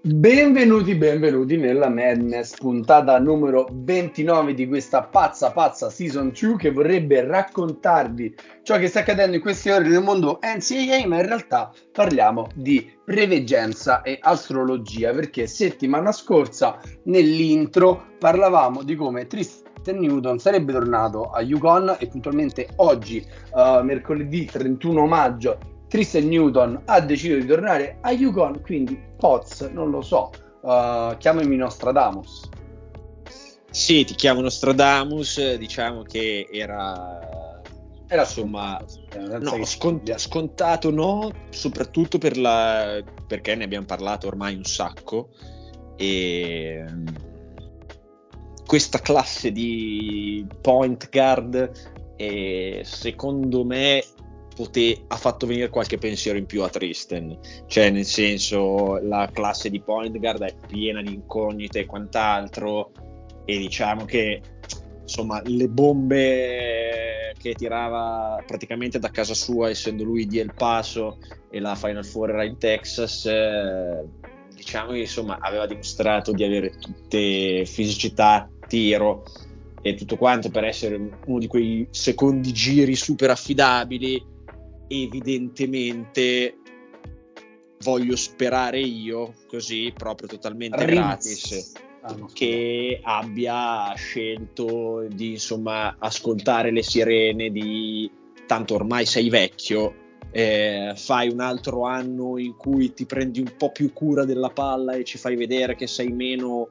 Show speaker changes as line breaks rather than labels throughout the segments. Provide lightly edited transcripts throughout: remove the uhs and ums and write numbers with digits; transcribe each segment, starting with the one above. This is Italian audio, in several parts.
Benvenuti nella Madness, puntata numero 29 di questa pazza Season 2 che vorrebbe raccontarvi ciò che sta accadendo in queste ore nel mondo NCAA, ma in realtà parliamo di preveggenza e astrologia, perché settimana scorsa nell'intro parlavamo di come Tristan Newton sarebbe tornato a UConn e puntualmente oggi, mercoledì 31 maggio, Tristan Newton ha deciso di tornare a UConn, quindi Poz, non lo so, chiamami Nostradamus.
Sì, ti chiamo Nostradamus, diciamo che era insomma scontato no, soprattutto perché ne abbiamo parlato ormai un sacco e questa classe di point guard secondo me ha fatto venire qualche pensiero in più a Tristan, cioè nel senso la classe di point guard è piena di incognite e quant'altro, e diciamo che insomma le bombe che tirava praticamente da casa sua, essendo lui di El Paso e la Final Four era in Texas, diciamo che insomma aveva dimostrato di avere tutte fisicità, tiro e tutto quanto per essere uno di quei secondi giri super affidabili. Evidentemente voglio sperare io, così proprio totalmente gratis, che abbia scelto di insomma ascoltare le sirene di tanto ormai sei vecchio, fai un altro anno in cui ti prendi un po' più cura della palla e ci fai vedere che sei meno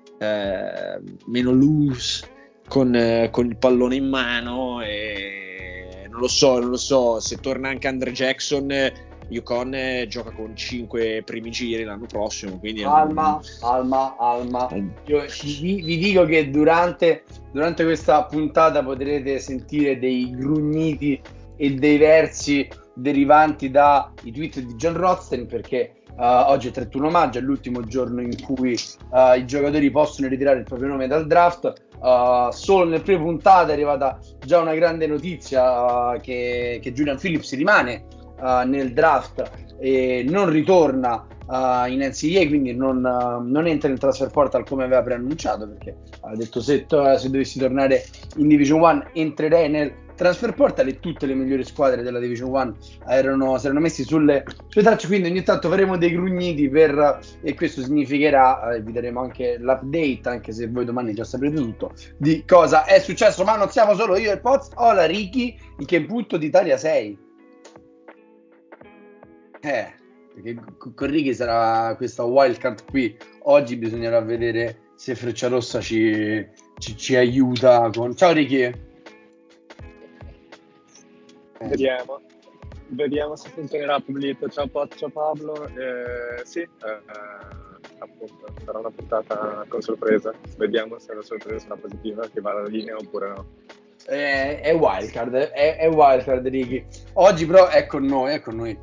loose con il pallone in mano, e non lo so se torna anche Andre Jackson. UConn gioca con 5 primi giri l'anno prossimo, quindi
Alma. Io vi dico che durante questa puntata potrete sentire dei grugniti e dei versi derivanti dai tweet di John Rothstein, perché oggi è 31 maggio, è l'ultimo giorno in cui i giocatori possono ritirare il proprio nome dal draft. Solo nelle prime puntate è arrivata già una grande notizia, che Julian Phillips rimane nel draft e non ritorna in NCAA, quindi non entra nel transfer portal come aveva preannunciato, perché ha detto se dovessi tornare in Division 1 entrerei nel transfer portal, e tutte le migliori squadre della Division 1 si erano messi sulle tracce, quindi ogni tanto faremo dei grugniti e questo significherà, vi daremo anche l'update, anche se voi domani già saprete tutto di cosa è successo. Ma non siamo solo io e Poz. Hola Ricky, in che punto d'Italia sei? Perché con Ricky sarà questa wildcard qui. Oggi bisognerà vedere se Frecciarossa ci aiuta con... Ciao Ricky.
Vediamo se funzionerà Publito. Ciao ciao Pablo. Sì, appunto sarà una puntata con sorpresa. Vediamo se la sorpresa sarà positiva, che va alla linea oppure no.
È wildcard Ricky. Oggi però è con noi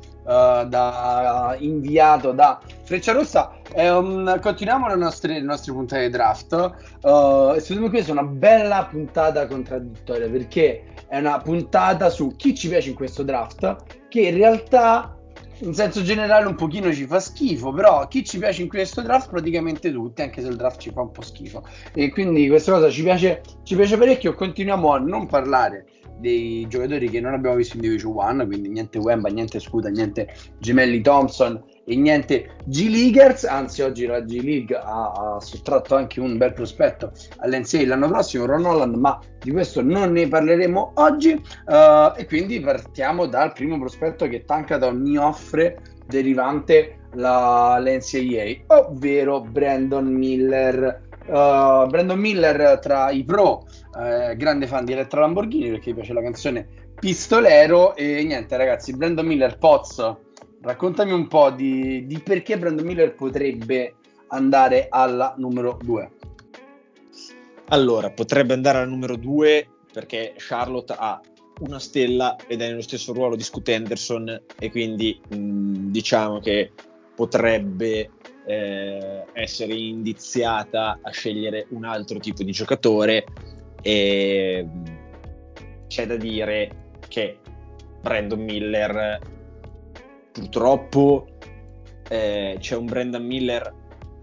da inviato da Frecciarossa. Continuiamo le nostre puntate di draft, e secondo me questa è una bella puntata contraddittoria, perché è una puntata su chi ci piace in questo draft, che in realtà in senso generale un pochino ci fa schifo, però chi ci piace in questo draft praticamente tutti, anche se il draft ci fa un po' schifo, e quindi questa cosa ci piace parecchio. Continuiamo a non parlare dei giocatori che non abbiamo visto in Division 1, quindi niente Wemba, niente Scuda, niente Gemelli Thompson e niente G-Leaguers. Anzi, oggi la G-League ha sottratto anche un bel prospetto all'NCAA l'anno prossimo, Ron Holland, ma di questo non ne parleremo oggi, e quindi partiamo dal primo prospetto che Tankathon mi offre derivante l'NCAA, ovvero Brandon Miller. Brandon Miller tra i pro, grande fan di Elettra Lamborghini perché gli piace la canzone Pistolero. E niente ragazzi, Brandon Miller, Poz, raccontami un po' di perché Brandon Miller potrebbe andare alla numero 2.
Allora, potrebbe andare alla numero 2 perché Charlotte ha una stella ed è nello stesso ruolo di Scoot Henderson, e quindi diciamo che potrebbe essere indiziata a scegliere un altro tipo di giocatore. E c'è da dire che Brandon Miller purtroppo c'è un Brandon Miller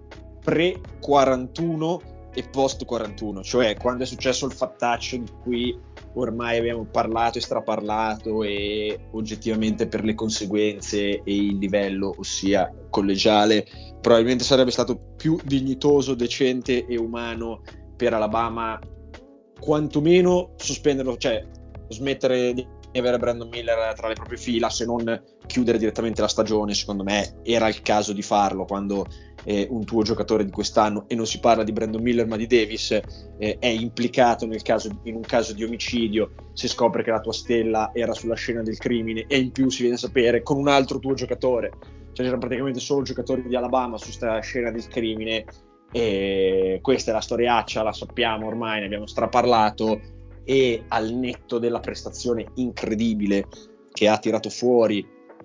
pre-41 e post-41, cioè quando è successo il fattaccio di cui ormai abbiamo parlato e straparlato, e oggettivamente per le conseguenze e il livello, ossia collegiale, probabilmente sarebbe stato più dignitoso, decente e umano per Alabama quantomeno sospenderlo, cioè smettere di avere Brandon Miller tra le proprie fila, se non chiudere direttamente la stagione. Secondo me era il caso di farlo quando un tuo giocatore di quest'anno, e non si parla di Brandon Miller ma di Davis, è implicato in un caso di omicidio, si scopre che la tua stella era sulla scena del crimine, e in più si viene a sapere con un altro tuo giocatore, cioè c'erano praticamente solo giocatori di Alabama su sta scena del crimine, e questa è la storiaccia, la sappiamo ormai, ne abbiamo straparlato. E al netto della prestazione incredibile che ha tirato fuori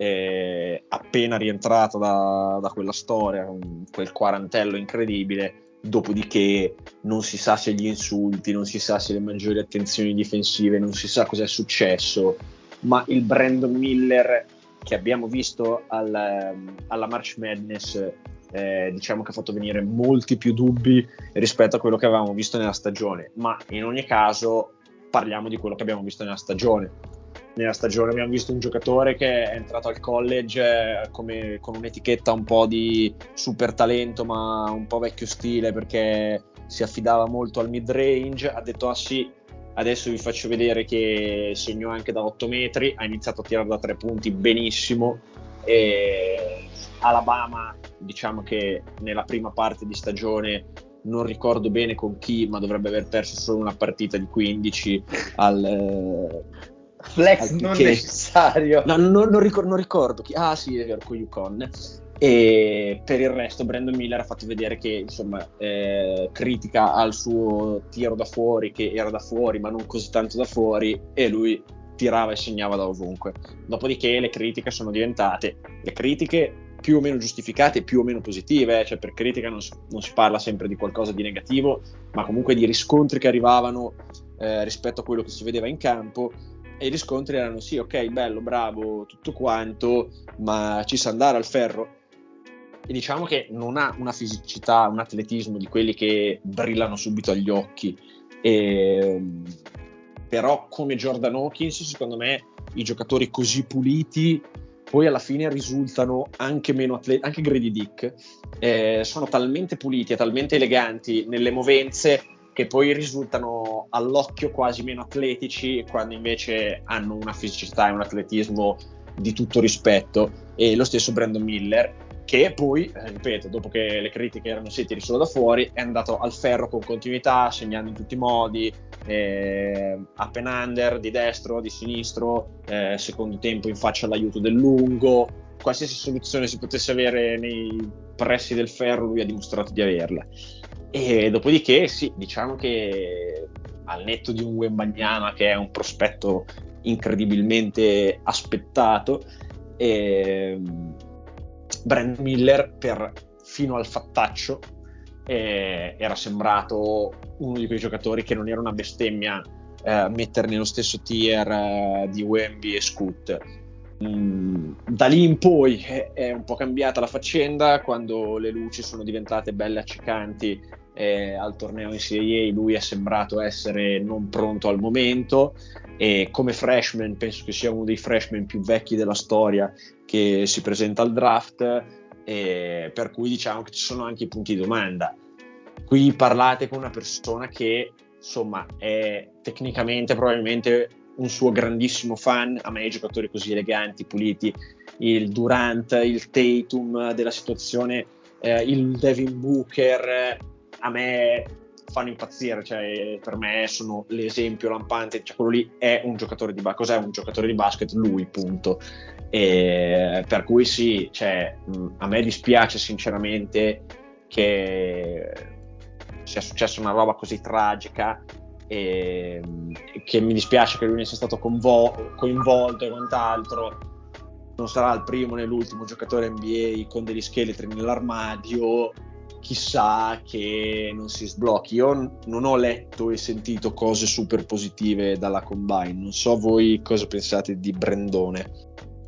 appena rientrato da quella storia, quel quarantello incredibile, dopodiché non si sa se gli insulti, non si sa se le maggiori attenzioni difensive, non si sa cos'è successo, ma il Brandon Miller che abbiamo visto alla March Madness diciamo che ha fatto venire molti più dubbi rispetto a quello che avevamo visto nella stagione. Ma in ogni caso parliamo di quello che abbiamo visto nella stagione. Nella stagione abbiamo visto un giocatore che è entrato al college come con un'etichetta un po' di super talento ma un po' vecchio stile, perché si affidava molto al mid range. Ha detto: ah sì, adesso vi faccio vedere che segno anche da 8 metri. Ha iniziato a tirare da 3 punti benissimo. E Alabama, diciamo che nella prima parte di stagione, non ricordo bene con chi, ma dovrebbe aver perso solo una partita di 15 al
flex non necessario.
No, non ricordo chi. Ah sì, è vero, con UConn. E per il resto Brandon Miller ha fatto vedere che insomma critica al suo tiro da fuori, che era da fuori ma non così tanto da fuori, e lui tirava e segnava da ovunque. Dopodiché le critiche sono diventate le critiche più o meno giustificate, più o meno positive, cioè per critica non si parla sempre di qualcosa di negativo, ma comunque di riscontri che arrivavano rispetto a quello che si vedeva in campo. E i riscontri erano: sì, ok, bello, bravo, tutto quanto, ma ci sa andare al ferro. E diciamo che non ha una fisicità, un atletismo di quelli che brillano subito agli occhi, però come Jordan Hawkins, secondo me i giocatori così puliti poi alla fine risultano anche meno atleti. Anche Grady Dick sono talmente puliti e talmente eleganti nelle movenze che poi risultano all'occhio quasi meno atletici, quando invece hanno una fisicità e un atletismo di tutto rispetto. E lo stesso Brandon Miller, che poi, ripeto, dopo che le critiche erano sì, tiri solo da fuori, è andato al ferro con continuità, segnando in tutti i modi, up and under, di destro, di sinistro, secondo tempo in faccia all'aiuto del lungo. Qualsiasi soluzione si potesse avere nei pressi del ferro, lui ha dimostrato di averla. E dopodiché sì, diciamo che al netto di un Wembanyama che è un prospetto incredibilmente aspettato, Brandon Miller fino al fattaccio era sembrato uno di quei giocatori che non era una bestemmia mettere nello stesso tier di Wemby e Scoot. Da lì in poi è un po' cambiata la faccenda quando le luci sono diventate belle accecanti. Al torneo NCAA lui è sembrato essere non pronto al momento, e come freshman penso che sia uno dei freshman più vecchi della storia che si presenta al draft, per cui diciamo che ci sono anche i punti di domanda. Qui parlate con una persona che insomma è tecnicamente probabilmente un suo grandissimo fan. A me i giocatori così eleganti, puliti, il Durant, il Tatum della situazione, il Devin Booker, a me fanno impazzire, cioè per me sono l'esempio lampante, cioè quello lì è un giocatore di basket. Cos'è un giocatore di basket? Lui, punto. E per cui sì, cioè, a me dispiace sinceramente che sia successa una roba così tragica, e che mi dispiace che lui ne sia stato coinvolto e quant'altro. Non sarà il primo né l'ultimo giocatore NBA con degli scheletri nell'armadio, chissà che non si sblocchi. Io non ho letto e sentito cose super positive dalla Combine, non so voi cosa pensate di Brandone.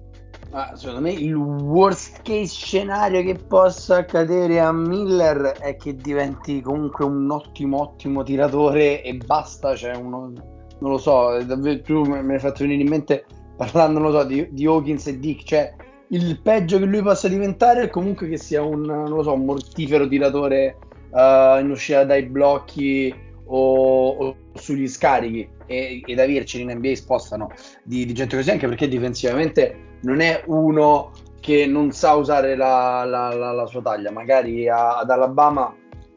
Ma secondo me il worst case scenario che possa accadere a Miller è che diventi comunque un ottimo tiratore e basta, cioè non lo so, davvero, tu me ne hai fatto venire in mente parlando, non lo so, di Hawkins e Dick, cioè il peggio che lui possa diventare è comunque che sia non lo so, un mortifero tiratore in uscita dai blocchi o sugli scarichi ed averceli in NBA spostano di gente così, anche perché difensivamente non è uno che non sa usare la sua taglia. Magari ad Alabama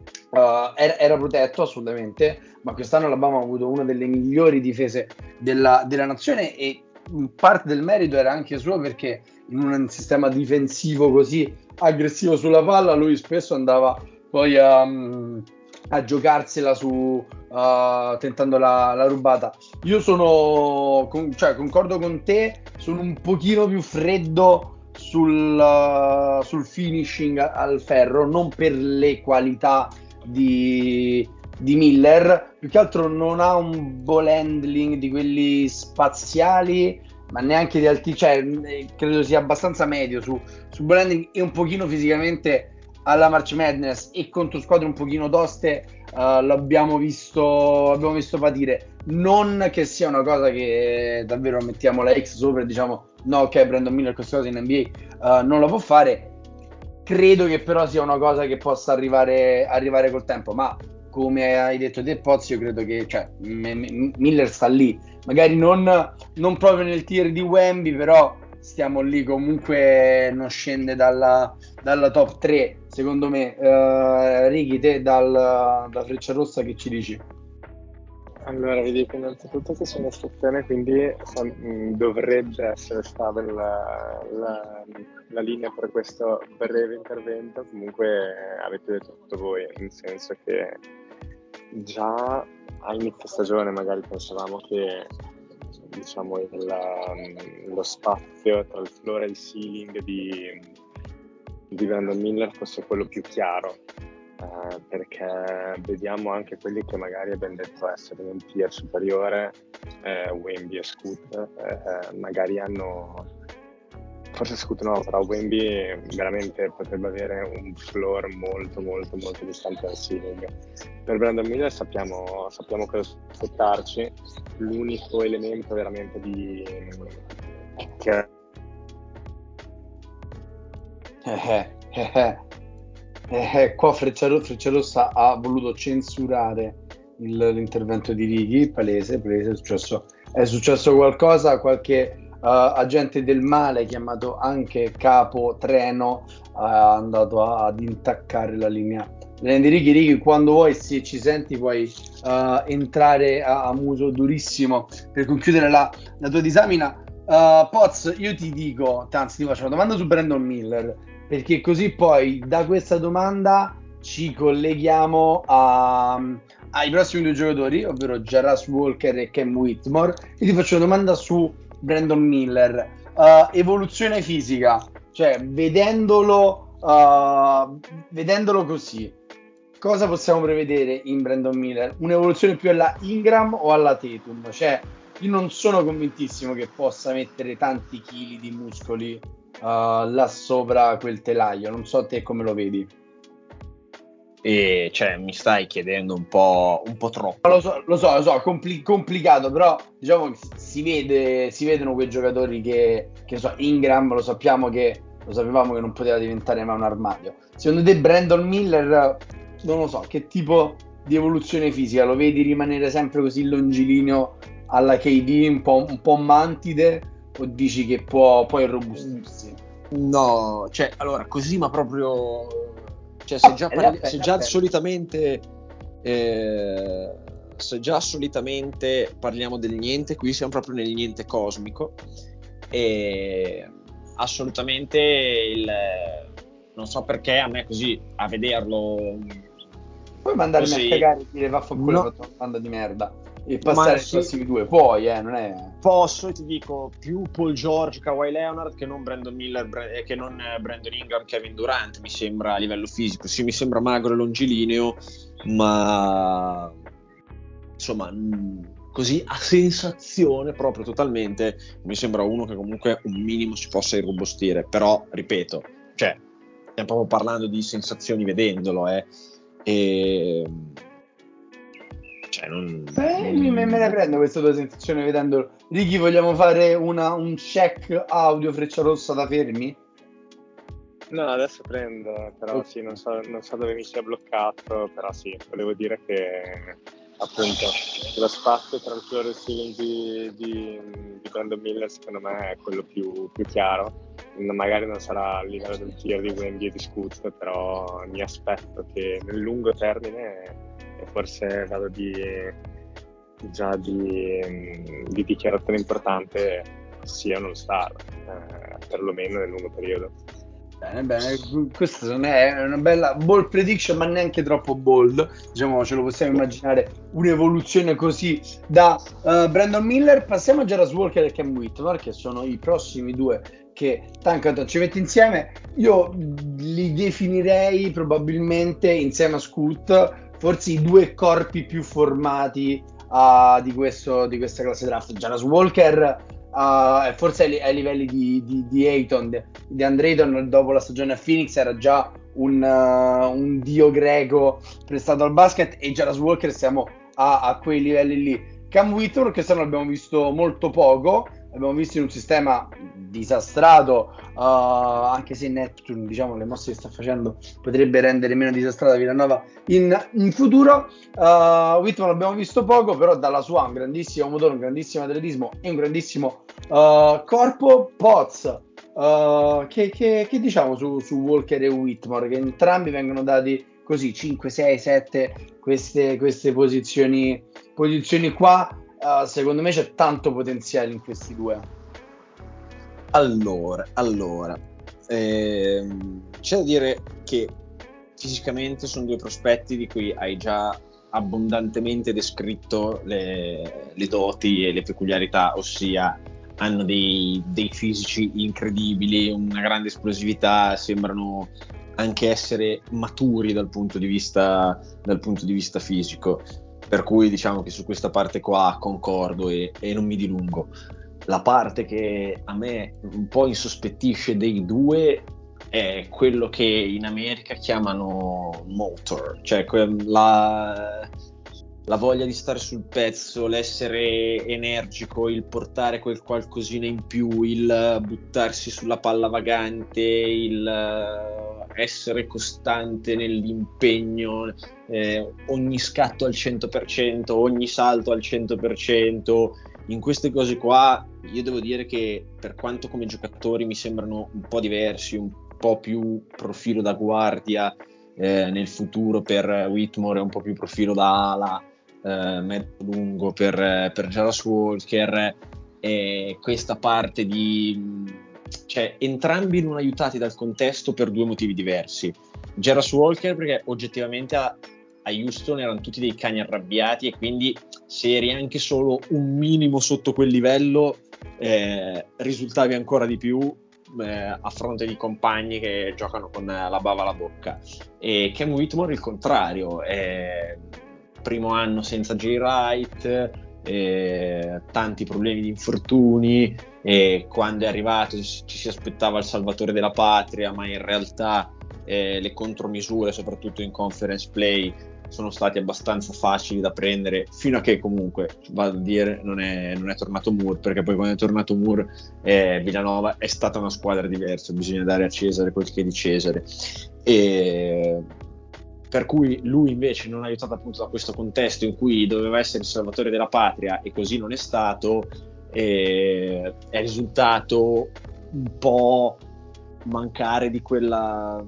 era protetto assolutamente, ma quest'anno Alabama ha avuto una delle migliori difese della nazione e parte del merito era anche suo perché in un sistema difensivo così aggressivo sulla palla lui spesso andava poi a giocarsela tentando la rubata. Io cioè, concordo con te, sono un pochino più freddo sul finishing al ferro, non per le qualità di Miller, più che altro non ha un ball handling di quelli spaziali, ma neanche di alti, cioè credo sia abbastanza medio su ball handling e un pochino fisicamente alla March Madness e contro squadre un pochino toste l'abbiamo visto patire. Non che sia una cosa che davvero mettiamo la X sopra e diciamo no, ok, Brandon Miller questa cosa in NBA non la può fare. Credo che però sia una cosa che possa arrivare col tempo, ma come hai detto te Pozzi, io credo che cioè, Miller sta lì, magari non proprio nel tier di Wemby, però stiamo lì comunque, non scende dalla top 3 secondo me. Righi, te da Frecciarossa che ci dici?
Allora, vi dico innanzitutto che sono in stazione, quindi dovrebbe essere stabile la linea per questo breve intervento. Comunque avete detto tutto voi, nel senso che già a inizio stagione magari pensavamo che diciamo lo spazio tra il floor e il ceiling di Brandon Miller fosse quello più chiaro. Perché vediamo anche quelli che magari abbiamo detto essere un tier superiore, Wemby e Scoot, magari forse Scoot no, però Wemby veramente potrebbe avere un floor molto distante dal ceiling. Per Brandon Miller sappiamo cosa aspettarci, l'unico elemento veramente che
Qua Frecciarossa ha voluto censurare l'intervento di Righi, palese, è successo qualcosa, qualche agente del male, chiamato anche capo treno, è andato ad intaccare la linea di Righi. Righi, quando vuoi, se ci senti, puoi entrare a muso durissimo per concludere la tua disamina. Poz, io ti dico, anzi ti faccio una domanda su Brandon Miller, perché così poi da questa domanda ci colleghiamo ai prossimi due giocatori, ovvero Jarras Walker e Cam Whitmore, e ti faccio una domanda su Brandon Miller. Evoluzione fisica, cioè vedendolo così, cosa possiamo prevedere in Brandon Miller? Un'evoluzione più alla Ingram o alla Tatum? Cioè, io non sono convintissimo che possa mettere tanti chili di muscoli là sopra quel telaio. Non so te come lo vedi.
E cioè mi stai chiedendo un po'
Ma
troppo.
lo so, complicato, però diciamo che si vedono quei giocatori che so, Ingram lo sapevamo che non poteva diventare mai un armadio. Secondo te Brandon Miller, non lo so, che tipo di evoluzione fisica? Lo vedi rimanere sempre così longilineo alla KD, un po' mantide, o dici che può irrobustirsi?
No, cioè, allora, così, ma proprio, cioè, se già
Appena.
solitamente, eh, se già solitamente parliamo del niente, qui siamo proprio nel niente cosmico e assolutamente non so perché a me così, a vederlo
Puoi mandarmi a
così,
cagare e dire vaffanculo, hai
no,
fatto una banda di merda e
ma
passare ai
sì,
prossimi due. Puoi, non è...
posso e ti dico più Paul George, Kawhi Leonard che non Brandon Miller, che non Brandon Ingram, Kevin Durant, mi sembra a livello fisico. Sì, mi sembra magro e longilineo, ma insomma così a sensazione proprio totalmente, mi sembra uno che comunque un minimo si possa irrobustire, però ripeto, cioè stiamo proprio parlando di sensazioni vedendolo, e cioè
Me ne prendo questa tua sensazione vedendolo. Ricky, vogliamo fare un check audio Frecciarossa da fermi?
No, adesso prendo, però sì, non so dove mi sia bloccato, però sì, volevo dire che appunto lo spazio tra il floor e il ceiling di Brandon Miller secondo me è quello più chiaro. Magari non sarà a livello del tier di Wemby e di Scoot, però mi aspetto che nel lungo termine, e forse vado di dichiarazione importante, sia uno star, perlomeno nel lungo periodo.
Bene, questa non è una bella bold prediction, ma neanche troppo bold. Diciamo, ce lo possiamo immaginare un'evoluzione così da Brandon Miller. Passiamo a Jarrett Walker e Cam Whitmore, che sono i prossimi due che Tankaton ci mette insieme. Io li definirei probabilmente insieme a Scoot, forse i due corpi più formati di questa classe draft. Jarrett Walker forse ai livelli di Ayton, di Andre Ayton dopo la stagione a Phoenix era già un dio greco prestato al basket, e Jarrett Walker siamo a quei livelli lì. Cam Whitmore che l'abbiamo visto molto poco, l'abbiamo visto in un sistema disastrato, anche se Neptune, diciamo, le mosse che sta facendo potrebbe rendere meno disastrata Villanova in futuro. Whitmore l'abbiamo visto poco, però dalla sua un grandissimo motore, un grandissimo atletismo e un grandissimo corpo. Poz, che diciamo su Walker e Whitmore, che entrambi vengono dati così 5, 6, 7 queste posizioni qua. Secondo me c'è tanto potenziale in questi due.
Allora, c'è da dire che fisicamente sono due prospetti di cui hai già abbondantemente descritto le doti e le peculiarità, ossia hanno dei fisici incredibili, una grande esplosività, sembrano anche essere maturi dal punto di vista fisico, per cui diciamo che su questa parte qua concordo e non mi dilungo. La parte che a me un po' insospettisce dei due è quello che in America chiamano motor, cioè la voglia di stare sul pezzo, l'essere energico, il portare quel qualcosina in più, il buttarsi sulla palla vagante, il essere costante nell'impegno, ogni scatto al 100%, ogni salto al 100%. In queste cose qua io devo dire che, per quanto come giocatori mi sembrano un po' diversi, un po' più profilo da guardia nel futuro per Whitmore e un po' più profilo da ala mezzo lungo per Jarrett Walker, questa parte cioè entrambi non aiutati dal contesto per due motivi diversi. Jarrett Walker perché oggettivamente a Houston erano tutti dei cani arrabbiati, e quindi se eri anche solo un minimo sotto quel livello risultavi ancora di più a fronte di compagni che giocano con la bava alla bocca. E Cam Whitmore il contrario, primo anno senza Jay Wright, tanti problemi di infortuni, e quando è arrivato ci si aspettava il salvatore della patria, ma in realtà le contromisure soprattutto in conference play sono stati abbastanza facili da prendere, fino a che comunque, vado a dire, non è tornato Moore, perché poi quando è tornato Moore Villanova è stata una squadra diversa, bisogna dare a Cesare quel che è di Cesare, e per cui lui invece non ha aiutato appunto da questo contesto in cui doveva essere il salvatore della patria e così non è stato, è risultato un po' mancare di quella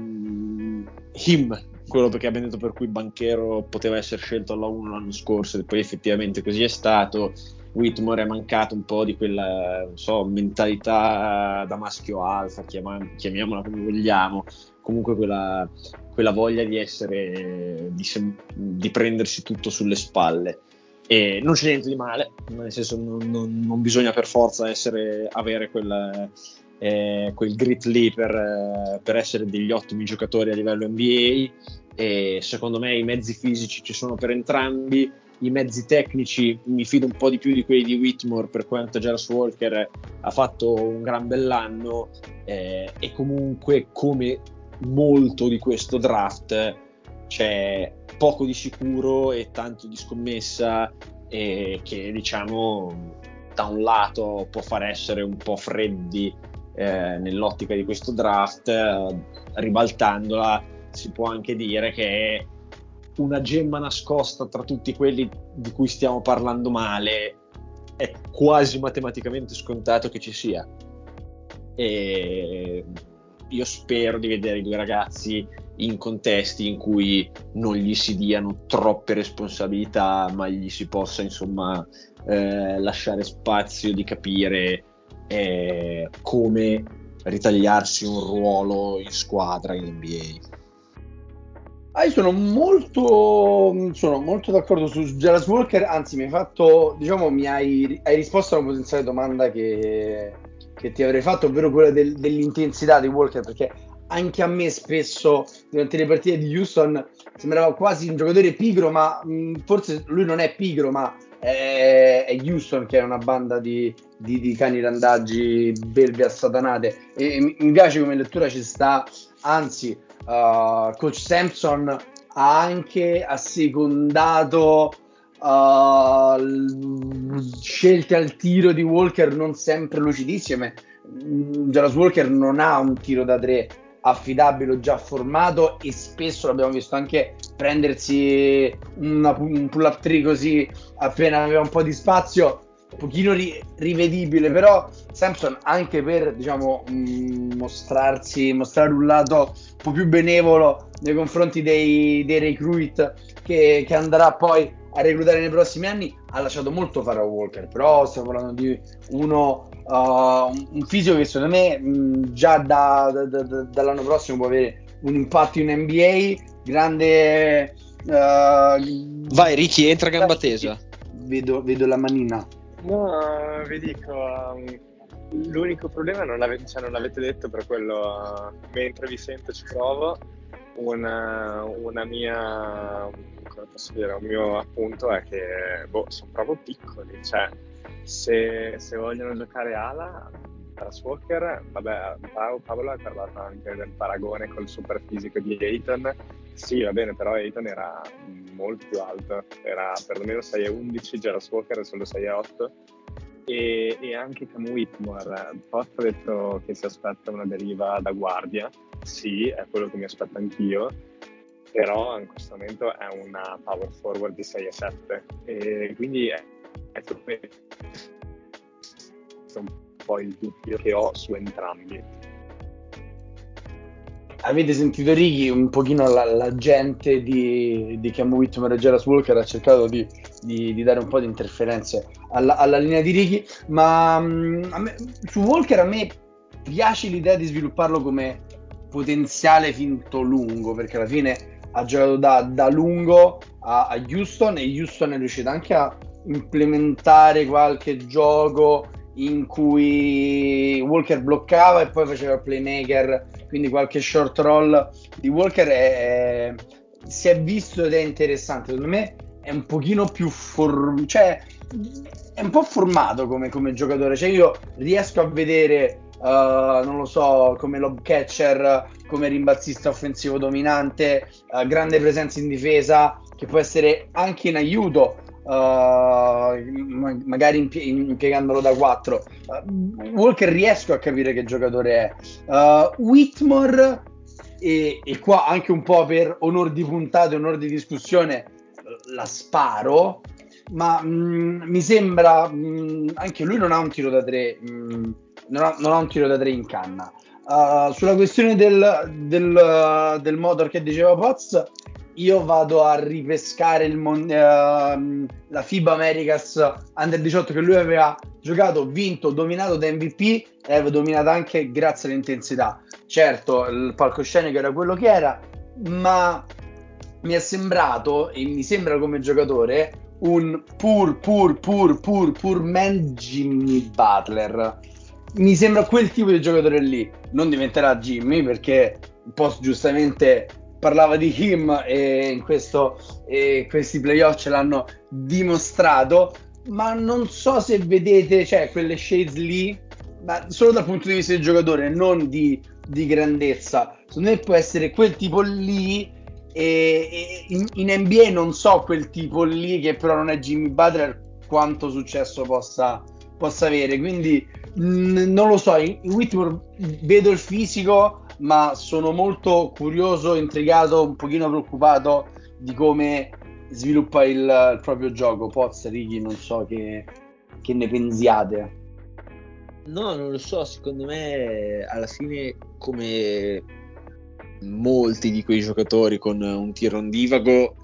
quello perché abbiamo detto per cui Banchero poteva essere scelto alla 1 l'anno scorso, e poi effettivamente così è stato. Whitmore è mancato un po' di quella, non so, mentalità da maschio alfa, chiamiamola come vogliamo, comunque quella voglia di essere, di prendersi tutto sulle spalle. E non c'è niente di male, nel senso non bisogna per forza avere quel grit lì per essere degli ottimi giocatori a livello NBA, e secondo me i mezzi fisici ci sono per entrambi. i mezzi tecnici mi fido un po' di più di quelli di Whitmore, per quanto Jarvis Walker ha fatto un gran bell'anno, e comunque come molto di questo draft c'è poco di sicuro e tanto di scommessa, che diciamo da un lato può far essere un po' freddi nell'ottica di questo draft, ribaltandola si può anche dire che è una gemma nascosta tra tutti quelli di cui stiamo parlando male, è quasi matematicamente scontato che ci sia. E io spero di vedere i due ragazzi in contesti in cui non gli si diano troppe responsabilità, ma gli si possa insomma lasciare spazio di capire come ritagliarsi un ruolo in squadra in NBA.
Io sono molto d'accordo su Jarvis Walker, anzi mi hai fatto, diciamo, hai risposto a una potenziale domanda che ti avrei fatto, ovvero quella dell'intensità di Walker, perché anche a me spesso durante le partite di Houston sembrava quasi un giocatore pigro, ma forse lui non è pigro, ma è Houston che è una banda di cani randaggi, belve assatanate, e mi piace come lettura ci sta, anzi Coach Sampson ha anche assecondato scelte al tiro di Walker non sempre lucidissime. Jarvis Walker non ha un tiro da tre affidabile o già formato, e spesso l'abbiamo visto anche prendersi un pull-up 3 così appena aveva un po' di spazio, un pochino rivedibile. Però Sampson, anche per, diciamo, mostrare un lato un po' più benevolo nei confronti dei recruit che andrà poi a reclutare nei prossimi anni, ha lasciato molto fare a Walker. Però stiamo parlando di un fisico che secondo me già dall'anno prossimo può avere un impatto in NBA grande.
Vai Ricky, entra a gamba tesa.
Vedo la manina.
No, vi dico, l'unico problema non l'avete detto, per quello mentre vi sento ci provo. Una mia, come posso dire, un mio appunto è che sono proprio piccoli, cioè se vogliono giocare ala per Walker, vabbè, Paolo ha parlato anche del paragone col super fisico di Ayton. Sì, va bene, però Ayton era molto più alto, era perlomeno 6'11", Jarvis Walker è solo 6'8", e anche Cam Whitmore. Post ha detto che si aspetta una deriva da guardia, sì, è quello che mi aspetto anch'io, però in questo momento è una power forward di 6'7", e quindi è un po' il dubbio che ho su entrambi.
Avete sentito Ricky? Un pochino la gente di Cam Whitmore e Jarvis Walker ha cercato di dare un po' di interferenze alla linea di Ricky, ma su Walker a me piace l'idea di svilupparlo come potenziale finto lungo, perché alla fine ha giocato da lungo a Houston, e Houston è riuscita anche a implementare qualche gioco in cui Walker bloccava e poi faceva il playmaker, quindi qualche short roll di Walker si è visto ed è interessante. Secondo me è un pochino più cioè è un po' formato come giocatore, cioè io riesco a vedere non lo so, come lob catcher, come rimbalzista offensivo dominante, grande presenza in difesa, che può essere anche in aiuto, magari impiegandolo da 4. Walker riesco a capire che giocatore è. Whitmore, e qua anche un po' per onor di puntata, onor di discussione, la sparo, ma mi sembra anche lui non ha un tiro da 3, non ha un tiro da 3 in canna. Sulla questione del motor che diceva Poz, io vado a ripescare la FIBA Americas Under 18 che lui aveva giocato, vinto, dominato da MVP, e aveva dominato anche grazie all'intensità. Certo, il palcoscenico era quello che era, ma mi è sembrato, e mi sembra come giocatore, un pur man Jimmy Butler. Mi sembra quel tipo di giocatore lì. Non diventerà Jimmy, perché un po' giustamente parlava di Kim e questi playoff ce l'hanno dimostrato, ma non so se vedete, cioè, quelle shades lì, ma solo dal punto di vista del giocatore, non di grandezza. Secondo me può essere quel tipo lì, e in NBA non so quel tipo lì, che però non è Jimmy Butler, quanto successo possa avere. Quindi non lo so, in Whitmore vedo il fisico, ma sono molto curioso, intrigato, un pochino preoccupato di come sviluppa il proprio gioco. Pozza, Ricky, non so che ne pensiate.
No, non lo so, secondo me alla fine, come molti di quei giocatori con un tiro ondivago,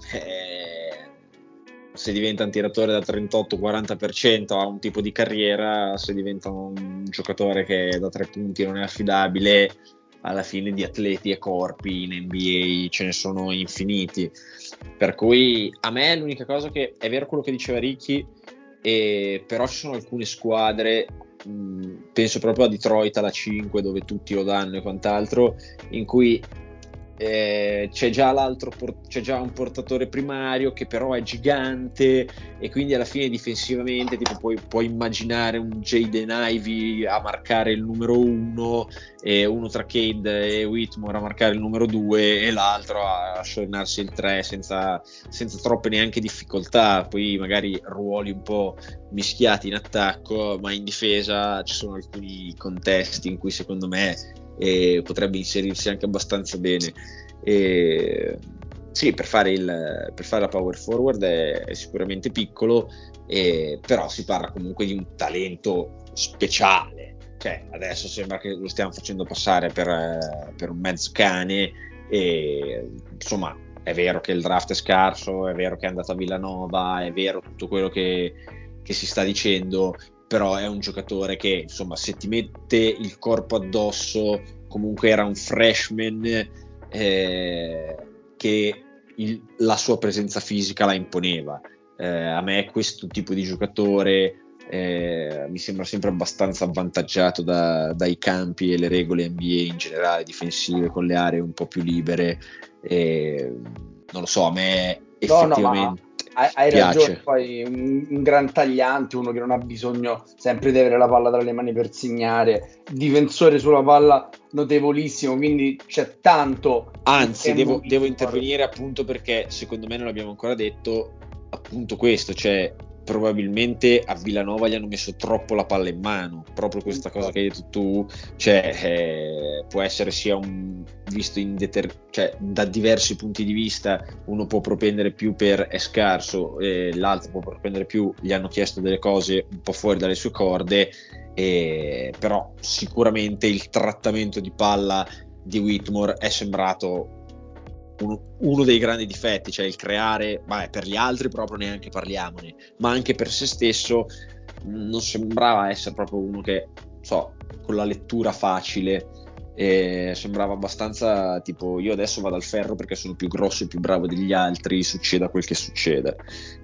se diventa un tiratore da 38-40% ha un tipo di carriera, se diventa un giocatore che da 3 punti non è affidabile, alla fine di atleti e corpi in NBA ce ne sono infiniti. Per cui a me l'unica cosa, che è vero quello che diceva Ricky, però ci sono alcune squadre, penso proprio a Detroit alla 5, dove tutti lo danno e quant'altro, in cui c'è già un portatore primario che però è gigante, e quindi alla fine difensivamente tipo puoi immaginare un Jaden Ivey a marcare il numero 1 e uno tra Cade e Whitmore a marcare il numero 2 e l'altro a sciorinarsi il 3 senza troppe neanche difficoltà. Poi magari ruoli un po' mischiati in attacco, ma in difesa ci sono alcuni contesti in cui secondo me potrebbe inserirsi anche abbastanza bene. Sì, per fare la power forward è sicuramente piccolo, però si parla comunque di un talento speciale. Cioè, adesso sembra che lo stiamo facendo passare per un mezzo cane, e insomma è vero che il draft è scarso, è vero che è andato a Villanova, è vero tutto quello che si sta dicendo, però è un giocatore che, insomma, se ti mette il corpo addosso, comunque era un freshman, che la sua presenza fisica la imponeva. A me questo tipo di giocatore mi sembra sempre abbastanza avvantaggiato dai campi e le regole NBA in generale difensive, con le aree un po' più libere. Non lo so, a me effettivamente
hai ragione.
piace.
Poi un gran tagliante, uno che non ha bisogno sempre di avere la palla tra le mani per segnare, difensore sulla palla notevolissimo, quindi c'è tanto.
Anzi, devo intervenire appunto perché secondo me non l'abbiamo ancora detto, appunto questo, cioè probabilmente a Villanova gli hanno messo troppo la palla in mano, proprio questa cosa che hai detto tu, cioè può essere sia visto cioè, da diversi punti di vista. Uno può propendere più per è scarso, l'altro può propendere più gli hanno chiesto delle cose un po' fuori dalle sue corde, però sicuramente il trattamento di palla di Whitmore è sembrato uno dei grandi difetti, cioè il creare, per gli altri proprio neanche parliamone, ma anche per se stesso non sembrava essere proprio uno che, con la lettura facile, sembrava abbastanza tipo io adesso vado al ferro perché sono più grosso e più bravo degli altri, succeda quel che succeda.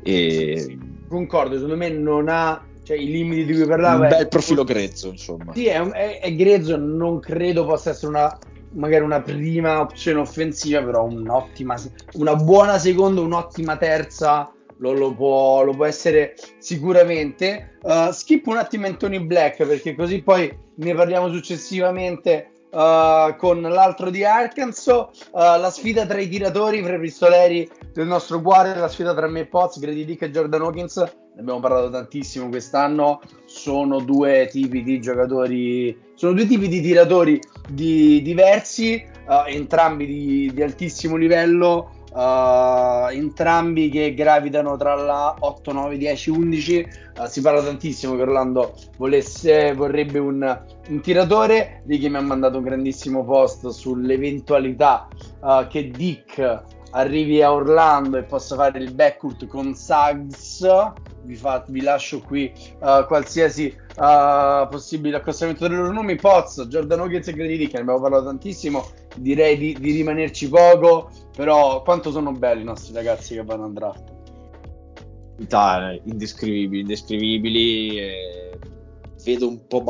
Concordo, secondo me non ha, cioè, i limiti di cui
Un
parlava.
bel profilo grezzo, insomma.
Sì, è grezzo, non credo possa essere magari una prima opzione offensiva, però una buona seconda, un'ottima terza lo può essere sicuramente. Skip un attimo Anthony Black, perché così poi ne parliamo successivamente con l'altro di Arkansas. La sfida tra i tiratori, fra i pistoleri del nostro cuore, la sfida tra me e Potts, Grady Dick e Jordan Hawkins. Ne abbiamo parlato tantissimo quest'anno. Sono due tipi di giocatori, sono due tipi di tiratori diversi, entrambi di altissimo livello, entrambi che gravitano tra la 8, 9, 10, 11. Si parla tantissimo che Orlando vorrebbe un tiratore. Di che mi ha mandato un grandissimo post sull'eventualità che Dick arrivi a Orlando e possa fare il backcourt con Suggs. Vi lascio qui qualsiasi possibile accostamento dei loro nomi. Potts, Jordan Hawkins e Grady Dick, ne abbiamo parlato tantissimo, direi di rimanerci poco, però quanto sono belli i nostri ragazzi che vanno al draft.
Indescrivibili. Vedo un po'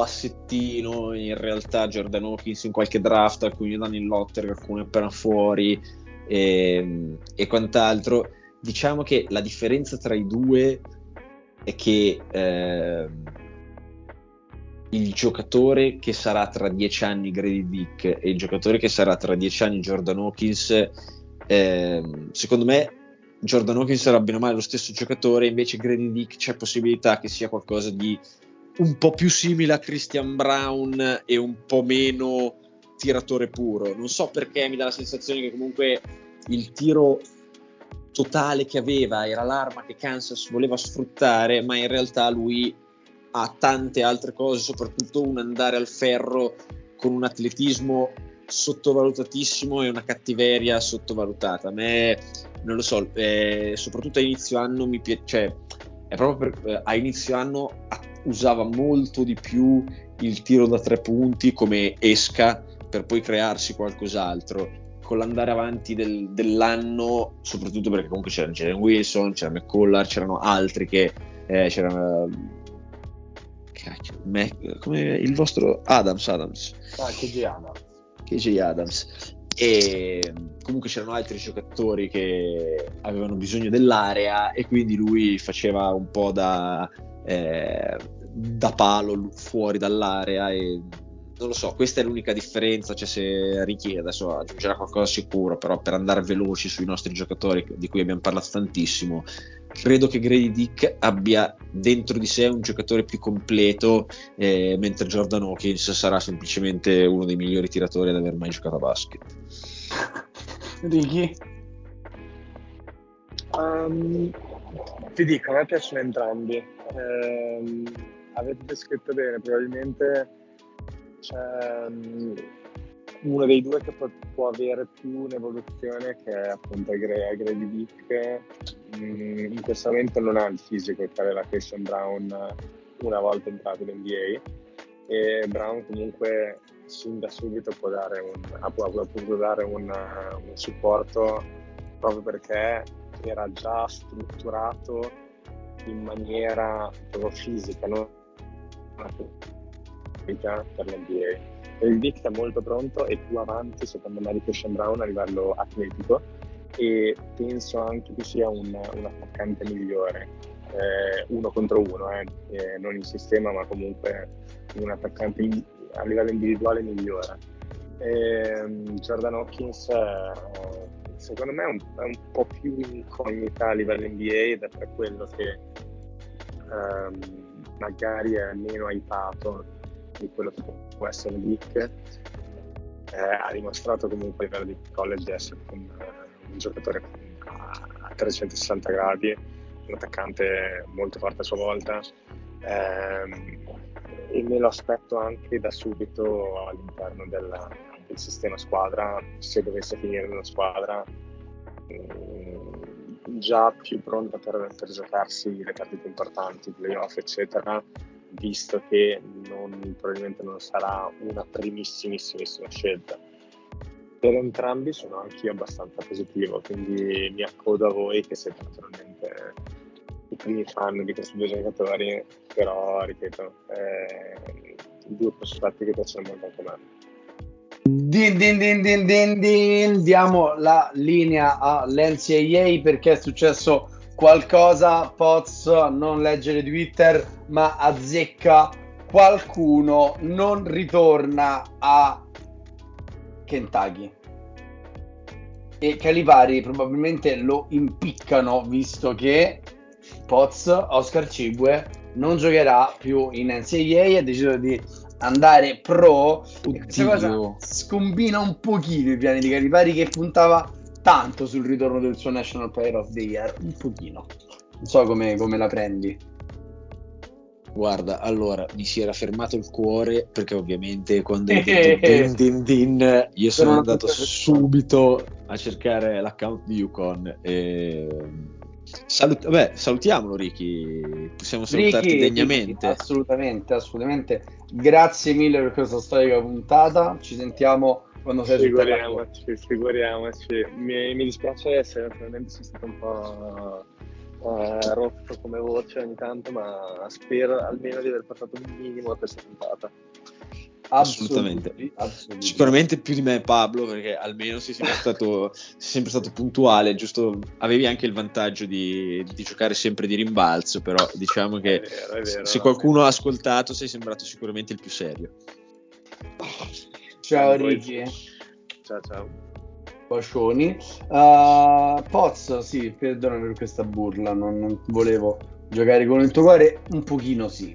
bassettino in realtà Jordan Hawkins in qualche draft, alcuni danno in lottery, alcuni appena fuori, e quant'altro. Diciamo che la differenza tra i due è che il giocatore che sarà tra 10 anni Grady Dick e il giocatore che sarà tra 10 anni Jordan Hawkins, secondo me Jordan Hawkins sarà bene o male lo stesso giocatore, invece Grady Dick c'è possibilità che sia qualcosa di un po' più simile a Christian Brown e un po' meno tiratore puro. Non so perché mi dà la sensazione che comunque il tiro totale che aveva era l'arma che Kansas voleva sfruttare, ma in realtà lui ha tante altre cose, soprattutto un andare al ferro con un atletismo sottovalutatissimo e una cattiveria sottovalutata. A me, non lo so, soprattutto a inizio anno mi piace, cioè, è proprio a inizio anno usava molto di più il tiro da 3 punti come esca per poi crearsi qualcos'altro. Con l'andare avanti dell'anno, soprattutto perché comunque c'era Jalen Wilson, c'era McCullar, c'erano altri che c'era come il vostro Adams KJ Adams, e comunque c'erano altri giocatori che avevano bisogno dell'area e quindi lui faceva un po' da palo fuori dall'area e non lo so, questa è l'unica differenza, cioè se richiede, adesso aggiungerà qualcosa sicuro, però per andare veloci sui nostri giocatori di cui abbiamo parlato tantissimo, credo che Grady Dick abbia dentro di sé un giocatore più completo, mentre Jordan Hawkins sarà semplicemente uno dei migliori tiratori ad aver mai giocato a basket.
Ricky?
Ti dico, a me piacciono entrambi. Avete descritto bene, probabilmente c'è uno dei due che può avere più un'evoluzione, che è appunto Grady Dick. In questo momento non ha il fisico che aveva Christian Brown una volta entrato in NBA, e Brown comunque sin da subito ha potuto dare un supporto proprio perché era già strutturato in maniera proprio fisica, non per l'NBA. Il Dick è molto pronto e più avanti secondo me di Christian Brown a livello atletico, e penso anche che sia un attaccante migliore, uno contro uno, non in sistema, ma comunque un attaccante a livello individuale migliore. Jordan Hawkins secondo me è un po' più incognita a livello NBA, ed è per quello che magari è meno hypato di quello che può essere Dick. Ha dimostrato comunque a livello di college di essere un giocatore a 360 gradi, un attaccante molto forte a sua volta, e me lo aspetto anche da subito all'interno del sistema squadra, se dovesse finire nella squadra, già più pronta per giocarsi le partite importanti, playoff eccetera, visto che probabilmente non sarà una primissimissima scelta. Per entrambi sono anch'io abbastanza positivo, quindi mi accodo a voi che siete naturalmente i primi fan di questi due giocatori, però ripeto, due prospetti che piacciono molto anche a me.
Diamo la linea all'NCAA perché è successo qualcosa. Poz, non leggere Twitter, ma azzecca qualcuno, non ritorna a Kentucky. E Calipari probabilmente lo impiccano, visto che Poz, Oscar Cibue, non giocherà più in NCAA e ha deciso di andare pro. E questa cosa scombina un pochino i piani di Calipari, che puntava tanto sul ritorno del suo National Player of the Year, un pochino. Non so come la prendi.
Guarda, allora mi si era fermato il cuore perché ovviamente quando hai detto din, io sono andato subito a cercare l'account di UConn e salutiamolo Ricky, possiamo salutarti degnamente.
Ricky, assolutamente. Grazie mille per questa storica puntata, ci sentiamo quando sei sul terreno.
Figuriamoci. Mi dispiace se naturalmente sono stato un po' rotto come voce ogni tanto, ma spero almeno di aver portato un minimo a questa puntata.
assolutamente. Sicuramente più di me Pablo, perché almeno sei sempre stato puntuale, giusto? Avevi anche il vantaggio di giocare sempre di rimbalzo, però diciamo che
è vero,
se qualcuno ha ascoltato sei sembrato sicuramente il più serio.
Ciao Ricky.
Ciao.
Bacioni. Poz, sì, perdona per questa burla, non volevo giocare con il tuo cuore, un pochino sì.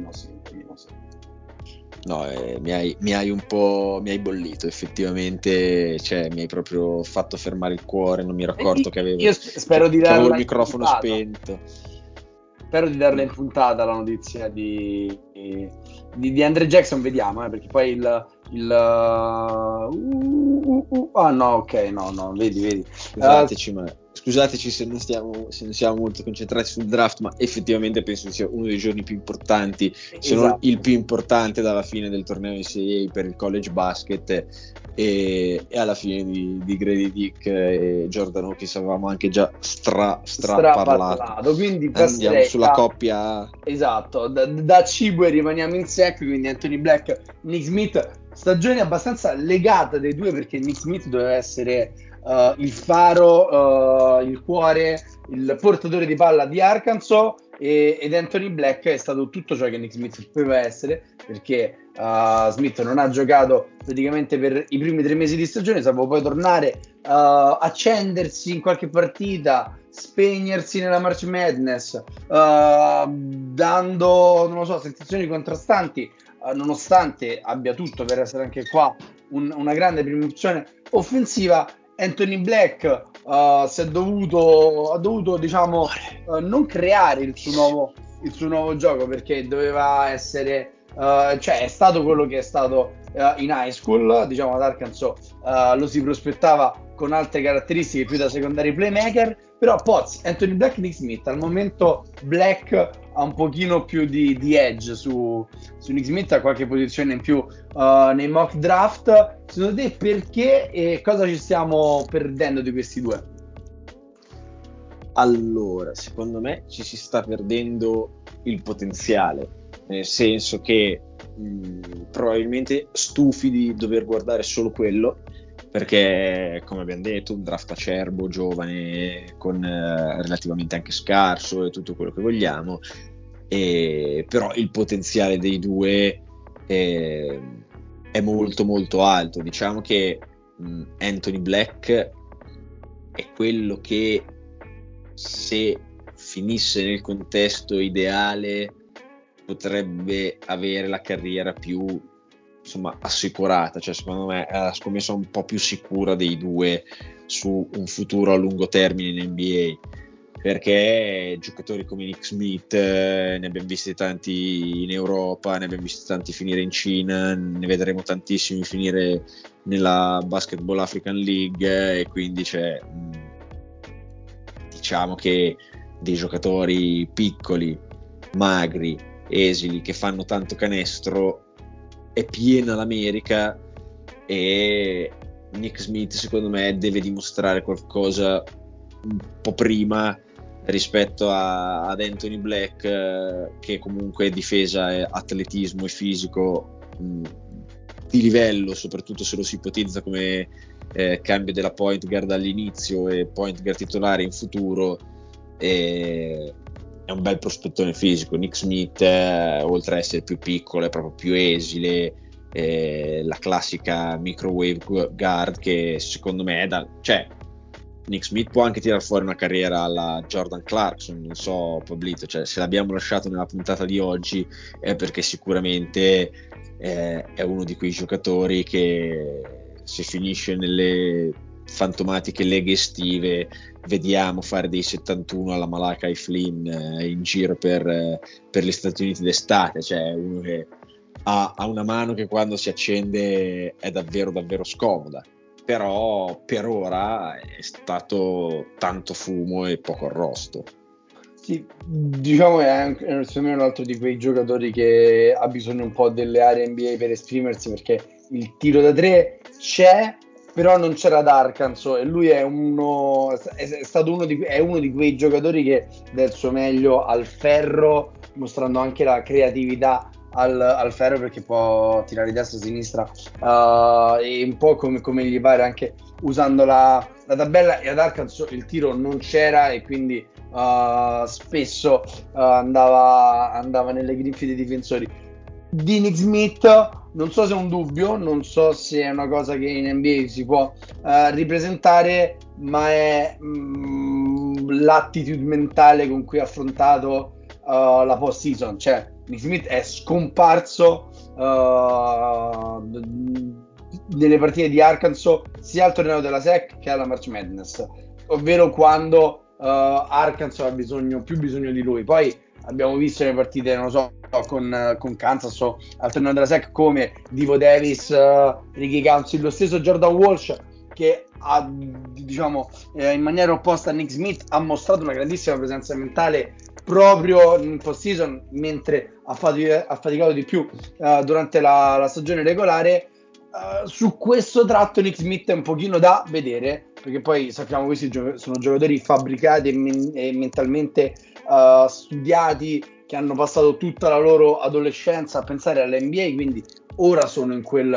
No, mi hai bollito, effettivamente, cioè mi hai proprio fatto fermare il cuore, non mi ero accorto che avevo,
Io spero di
che avevo il
darla in
microfono
puntata.
spento.
Spero di darla in puntata la notizia di Andre Jackson, vediamo, perché poi ah no, ok, no, vedi.
Scusateci se non siamo molto concentrati sul draft, ma effettivamente penso sia uno dei giorni più importanti, se non il più importante dalla fine del torneo NCAA per il college basket, e alla fine di Grady Dick e Jordan Hawkins avevamo anche già
parlato, quindi
andiamo sulla coppia.
Esatto, da Cibo rimaniamo in sec, quindi Anthony Black, Nick Smith, stagione abbastanza legata dei due, perché Nick Smith doveva essere il faro, il cuore, il portatore di palla di Arkansas, ed Anthony Black è stato tutto ciò che Nick Smith doveva essere, perché Smith non ha giocato praticamente per i primi 3 mesi di stagione, salvo poi tornare, accendersi in qualche partita, spegnersi nella March Madness, dando, non lo so, sensazioni contrastanti, nonostante abbia tutto per essere anche qua una grande prima opzione offensiva. Anthony Black ha dovuto diciamo non creare il suo nuovo gioco, perché doveva essere cioè è stato quello che è stato in high school, diciamo ad Arkansas lo si prospettava con altre caratteristiche più da secondary playmaker, però Anthony Black, Nick Smith, al momento Black ha un pochino più di edge su Nick Smith, ha qualche posizione in più nei mock draft. Secondo te perché e cosa ci stiamo perdendo di questi due?
Allora, secondo me ci si sta perdendo il potenziale, nel senso che probabilmente stufi di dover guardare solo quello, perché come abbiamo detto un draft acerbo, giovane, con relativamente anche scarso e tutto quello che vogliamo, però il potenziale dei due è molto molto alto. Diciamo che Anthony Black è quello che, se finisse nel contesto ideale, potrebbe avere la carriera più, insomma, assicurata. Cioè, secondo me è la scommessa un po' più sicura dei due su un futuro a lungo termine in NBA, perché giocatori come Nick Smith ne abbiamo visti tanti in Europa, ne abbiamo visti tanti finire in Cina, ne vedremo tantissimi finire nella Basketball African League, e quindi diciamo che dei giocatori piccoli, magri, esili, che fanno tanto canestro è piena l'America, e Nick Smith secondo me deve dimostrare qualcosa un po' prima rispetto ad Anthony Black, che comunque è difesa, atletismo e fisico di livello, soprattutto se lo si ipotizza come cambio della point guard all'inizio e point guard titolare in futuro. È un bel prospettone fisico. Nick Smith, oltre a essere più piccolo, è proprio più esile, la classica microwave guard che secondo me Nick Smith può anche tirare fuori una carriera alla Jordan Clarkson, non so Pablito, cioè se l'abbiamo lasciato nella puntata di oggi è perché sicuramente è uno di quei giocatori che, se finisce nelle fantomatiche leghe estive, vediamo fare dei 71 alla Malachi Flynn in giro per gli Stati Uniti d'estate. Cioè uno che ha una mano che quando si accende è davvero davvero scomoda, però per ora è stato tanto fumo e poco arrosto.
Sì, diciamo è secondo me un altro di quei giocatori che ha bisogno un po' delle aree NBA per esprimersi, perché il tiro da tre c'è, però non c'era ad Arkansas, e lui è stato è uno di quei giocatori che dà il suo meglio al ferro, mostrando anche la creatività al ferro perché può tirare di destra a sinistra, e un po' come gli pare, anche usando la tabella. E ad Arkansas il tiro non c'era e quindi spesso andava nelle grinfie dei difensori. Di Nick Smith non so se è un dubbio, non so se è una cosa che in NBA si può ripresentare, ma è l'attitude mentale con cui ha affrontato la post-season. Cioè, Nick Smith è scomparso nelle partite di Arkansas, sia al torneo della SEC che alla March Madness, ovvero quando Arkansas ha più bisogno di lui. Poi abbiamo visto nelle partite, non lo so, con Kansas o al torneo della SEC, come Divo Davis, Ricky Council, lo stesso Jordan Walsh, che ha, diciamo, in maniera opposta a Nick Smith, ha mostrato una grandissima presenza mentale proprio in post-season, mentre ha faticato di più durante la stagione regolare. Su questo tratto Nick Smith è un pochino da vedere, perché poi sappiamo che questi sono giocatori fabbricati e mentalmente studiati, che hanno passato tutta la loro adolescenza a pensare all'NBA, quindi ora sono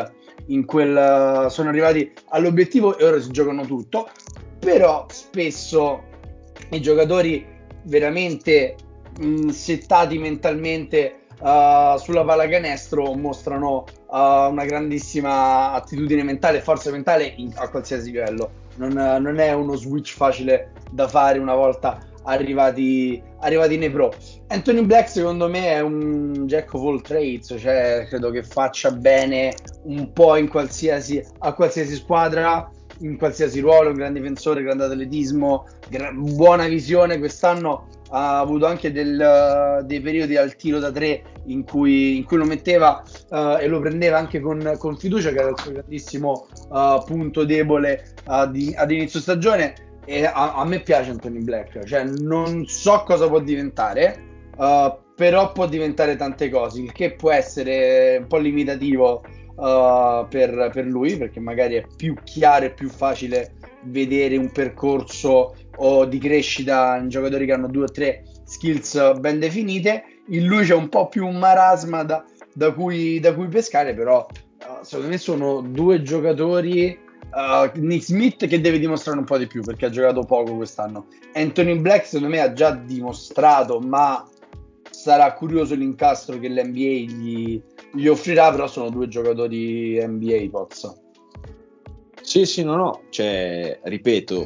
sono arrivati all'obiettivo e ora si giocano tutto. Però spesso i giocatori veramente settati mentalmente sulla pallacanestro mostrano una grandissima attitudine mentale e forza mentale a qualsiasi livello. Non è uno switch facile da fare una volta arrivati nei pro. Anthony Black secondo me è un jack of all trades, cioè credo che faccia bene un po' a qualsiasi squadra, in qualsiasi ruolo. Un gran difensore, grande atletismo, buona visione. Quest'anno ha avuto anche dei periodi al tiro da tre in cui lo metteva e lo prendeva anche con fiducia, che era il suo grandissimo punto debole ad inizio stagione. E a me piace Anthony Black, cioè non so cosa può diventare, però può diventare tante cose, il che può essere un po' limitativo per lui, perché magari è più chiaro e più facile vedere un percorso o di crescita in giocatori che hanno 2 o 3 skills ben definite. In lui c'è un po' più un marasma da cui pescare, però secondo me sono due giocatori. Nick Smith che deve dimostrare un po' di più perché ha giocato poco quest'anno. Anthony Black secondo me ha già dimostrato, ma sarà curioso l'incastro che l'NBA gli offrirà. Però sono due giocatori NBA, Pozzo.
Sì, no, cioè, ripeto,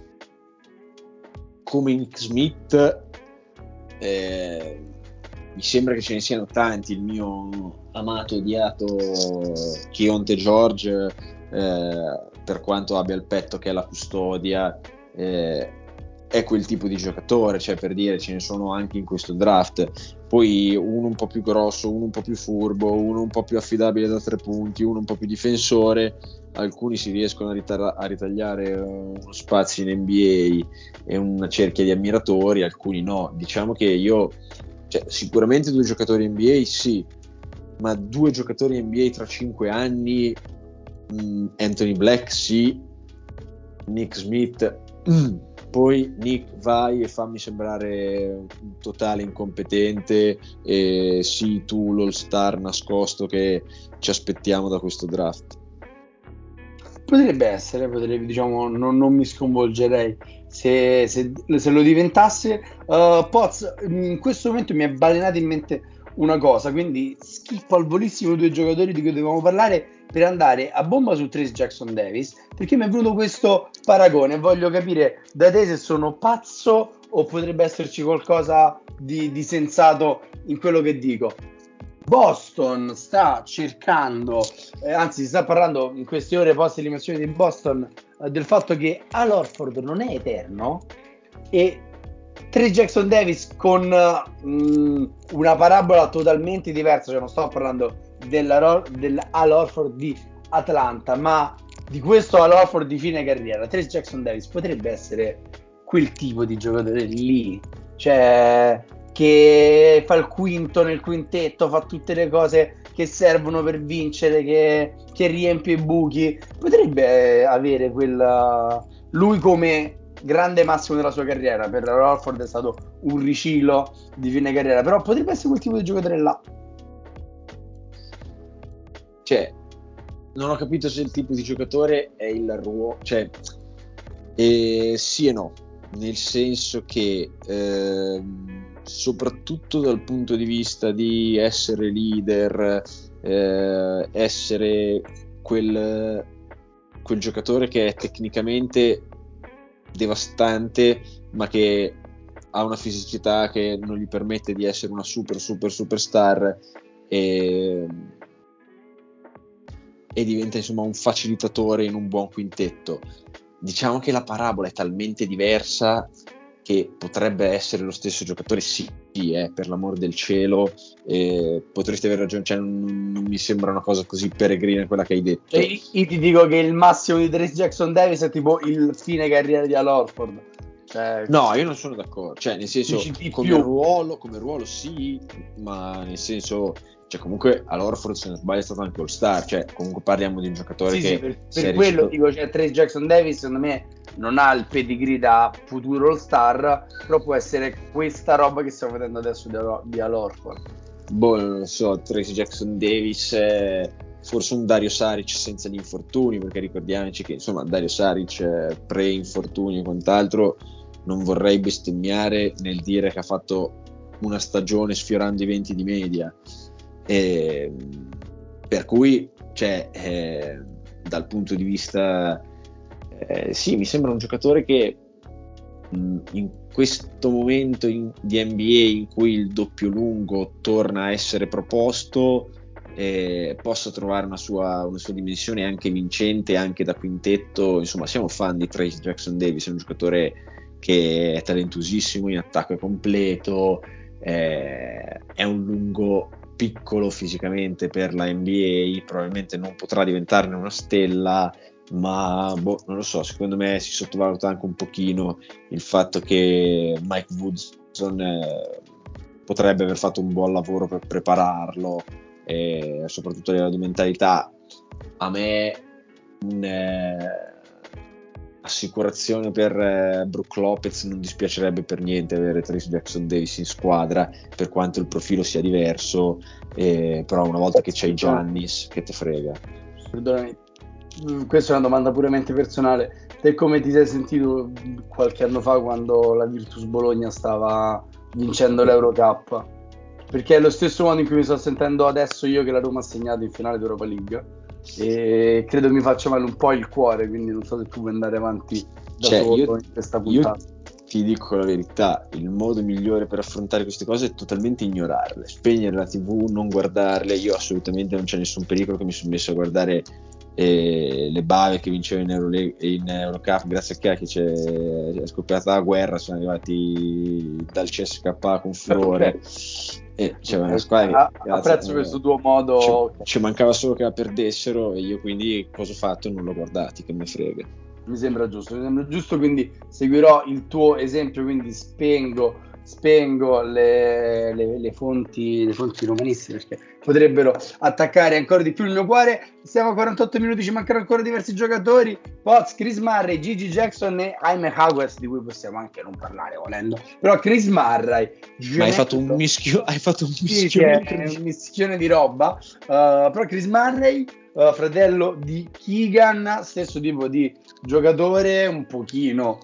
come Nick Smith mi sembra che ce ne siano tanti. Il mio amato odiato Keontae George, per quanto abbia il petto che è la custodia, è quel tipo di giocatore, cioè, per dire, ce ne sono anche in questo draft. Poi uno un po' più grosso, uno un po' più furbo, uno un po' più affidabile da 3 punti, uno un po' più difensore. Alcuni si riescono a ritagliare uno spazio in NBA e una cerchia di ammiratori, alcuni no. Diciamo che cioè, sicuramente 2 giocatori NBA sì, ma 2 giocatori NBA tra 5 anni, Anthony Black sì, Nick Smith poi Nick, vai e fammi sembrare un totale incompetente, e sì, tu l'all star nascosto che ci aspettiamo da questo draft.
Potrebbe essere, diciamo, non mi sconvolgerei se lo diventasse. Poz, in questo momento mi è balenata in mente una cosa, quindi schippo al volissimo 2 giocatori di cui dovevamo parlare per andare a bomba su Trace Jackson Davis, perché mi è venuto questo paragone e voglio capire da te se sono pazzo o potrebbe esserci qualcosa di sensato in quello che dico. Boston sta cercando, anzi si sta parlando in queste ore post eliminazione di Boston, del fatto che Al Horford non è eterno, e Trace Jackson Davis con una parabola totalmente diversa, cioè non sto parlando dell'Al Horford di Atlanta, ma di questo Al Horford di fine carriera. Trace Jackson Davis potrebbe essere quel tipo di giocatore lì, cioè che fa il quinto nel quintetto, fa tutte le cose che servono per vincere, che riempie i buchi. Potrebbe avere lui come grande massimo della sua carriera. Per Horford è stato un riciclo di fine carriera, però potrebbe essere quel tipo di giocatore là.
cioè, non ho capito se il tipo di giocatore è il ruolo, cioè, sì e no, nel senso che soprattutto dal punto di vista di essere leader, essere quel giocatore che è tecnicamente devastante, ma che ha una fisicità che non gli permette di essere una superstar, e diventa insomma un facilitatore in un buon quintetto. Diciamo che la parabola è talmente diversa che potrebbe essere lo stesso giocatore, sì, per l'amor del cielo, potresti aver ragione, cioè non mi sembra una cosa così peregrina quella che hai detto.
Io ti dico che il massimo di Trace Jackson Davis è tipo il fine carriera di Al Horford.
No, io non sono d'accordo, cioè nel senso, come ruolo sì, ma nel senso, cioè comunque all'Orford, se non sbaglio, è stato anche All-Star, cioè comunque parliamo di un giocatore
sì,
che
per quello dico, cioè Trace Jackson Davis secondo me non ha il pedigree da futuro All-Star, però può essere questa roba che stiamo vedendo adesso di Al Horford.
Boh, non lo so, Trace Jackson Davis è forse un Dario Saric senza gli infortuni, perché ricordiamoci che insomma Dario Saric pre-infortuni e quant'altro, non vorrei bestemmiare nel dire che ha fatto una stagione sfiorando i 20 di media, per cui cioè, dal punto di vista sì, mi sembra un giocatore che in questo momento di NBA in cui il doppio lungo torna a essere proposto, possa trovare una sua dimensione anche vincente, anche da quintetto. Insomma, siamo fan di Trace Jackson Davis, è un giocatore che è talentuosissimo, in attacco è completo, è un lungo piccolo fisicamente per la NBA, probabilmente non potrà diventarne una stella, ma non lo so, secondo me si sottovaluta anche un pochino il fatto che Mike Woodson potrebbe aver fatto un buon lavoro per prepararlo, e soprattutto a livello di mentalità. A me assicurazione per Brook Lopez non dispiacerebbe per niente avere Trace Jackson Davis in squadra, per quanto il profilo sia diverso, però una volta che c'hai Giannis, che te frega.
Perdonami, questa è una domanda puramente personale. Te come ti sei sentito qualche anno fa quando la Virtus Bologna stava vincendo l'Eurocup? Perché è lo stesso modo in cui mi sto sentendo adesso io che la Roma ha segnato in finale d'Europa League, e credo mi faccia male un po' il cuore, quindi non so se tu vuoi andare avanti da solo in questa puntata.
Io ti dico la verità, il modo migliore per affrontare queste cose è totalmente ignorarle, spegnere la TV, non guardarle. Io assolutamente non c'è nessun pericolo che mi sono messo a guardare le bave che vincevano in Eurocup, grazie a che è scoppiata la guerra, sono arrivati dal CSKA con furore. E c'era una squadra che
apprezzo questo tuo modo.
ci mancava solo che la perdessero, e io quindi cosa ho fatto? Non l'ho guardati, che me frega.
Mi sembra giusto, quindi seguirò il tuo esempio, quindi spengo le fonti romanisti, perché potrebbero attaccare ancora di più il mio cuore. Siamo a 48 minuti, ci mancano ancora diversi giocatori: Poz, Chris Murray, Gigi Jackson e Jaime Hagues, di cui possiamo anche non parlare volendo, però Chris Murray,
ma hai fatto un mischio,
sì, è un mischione di roba, però Chris Murray, fratello di Keegan, stesso tipo di giocatore, un pochino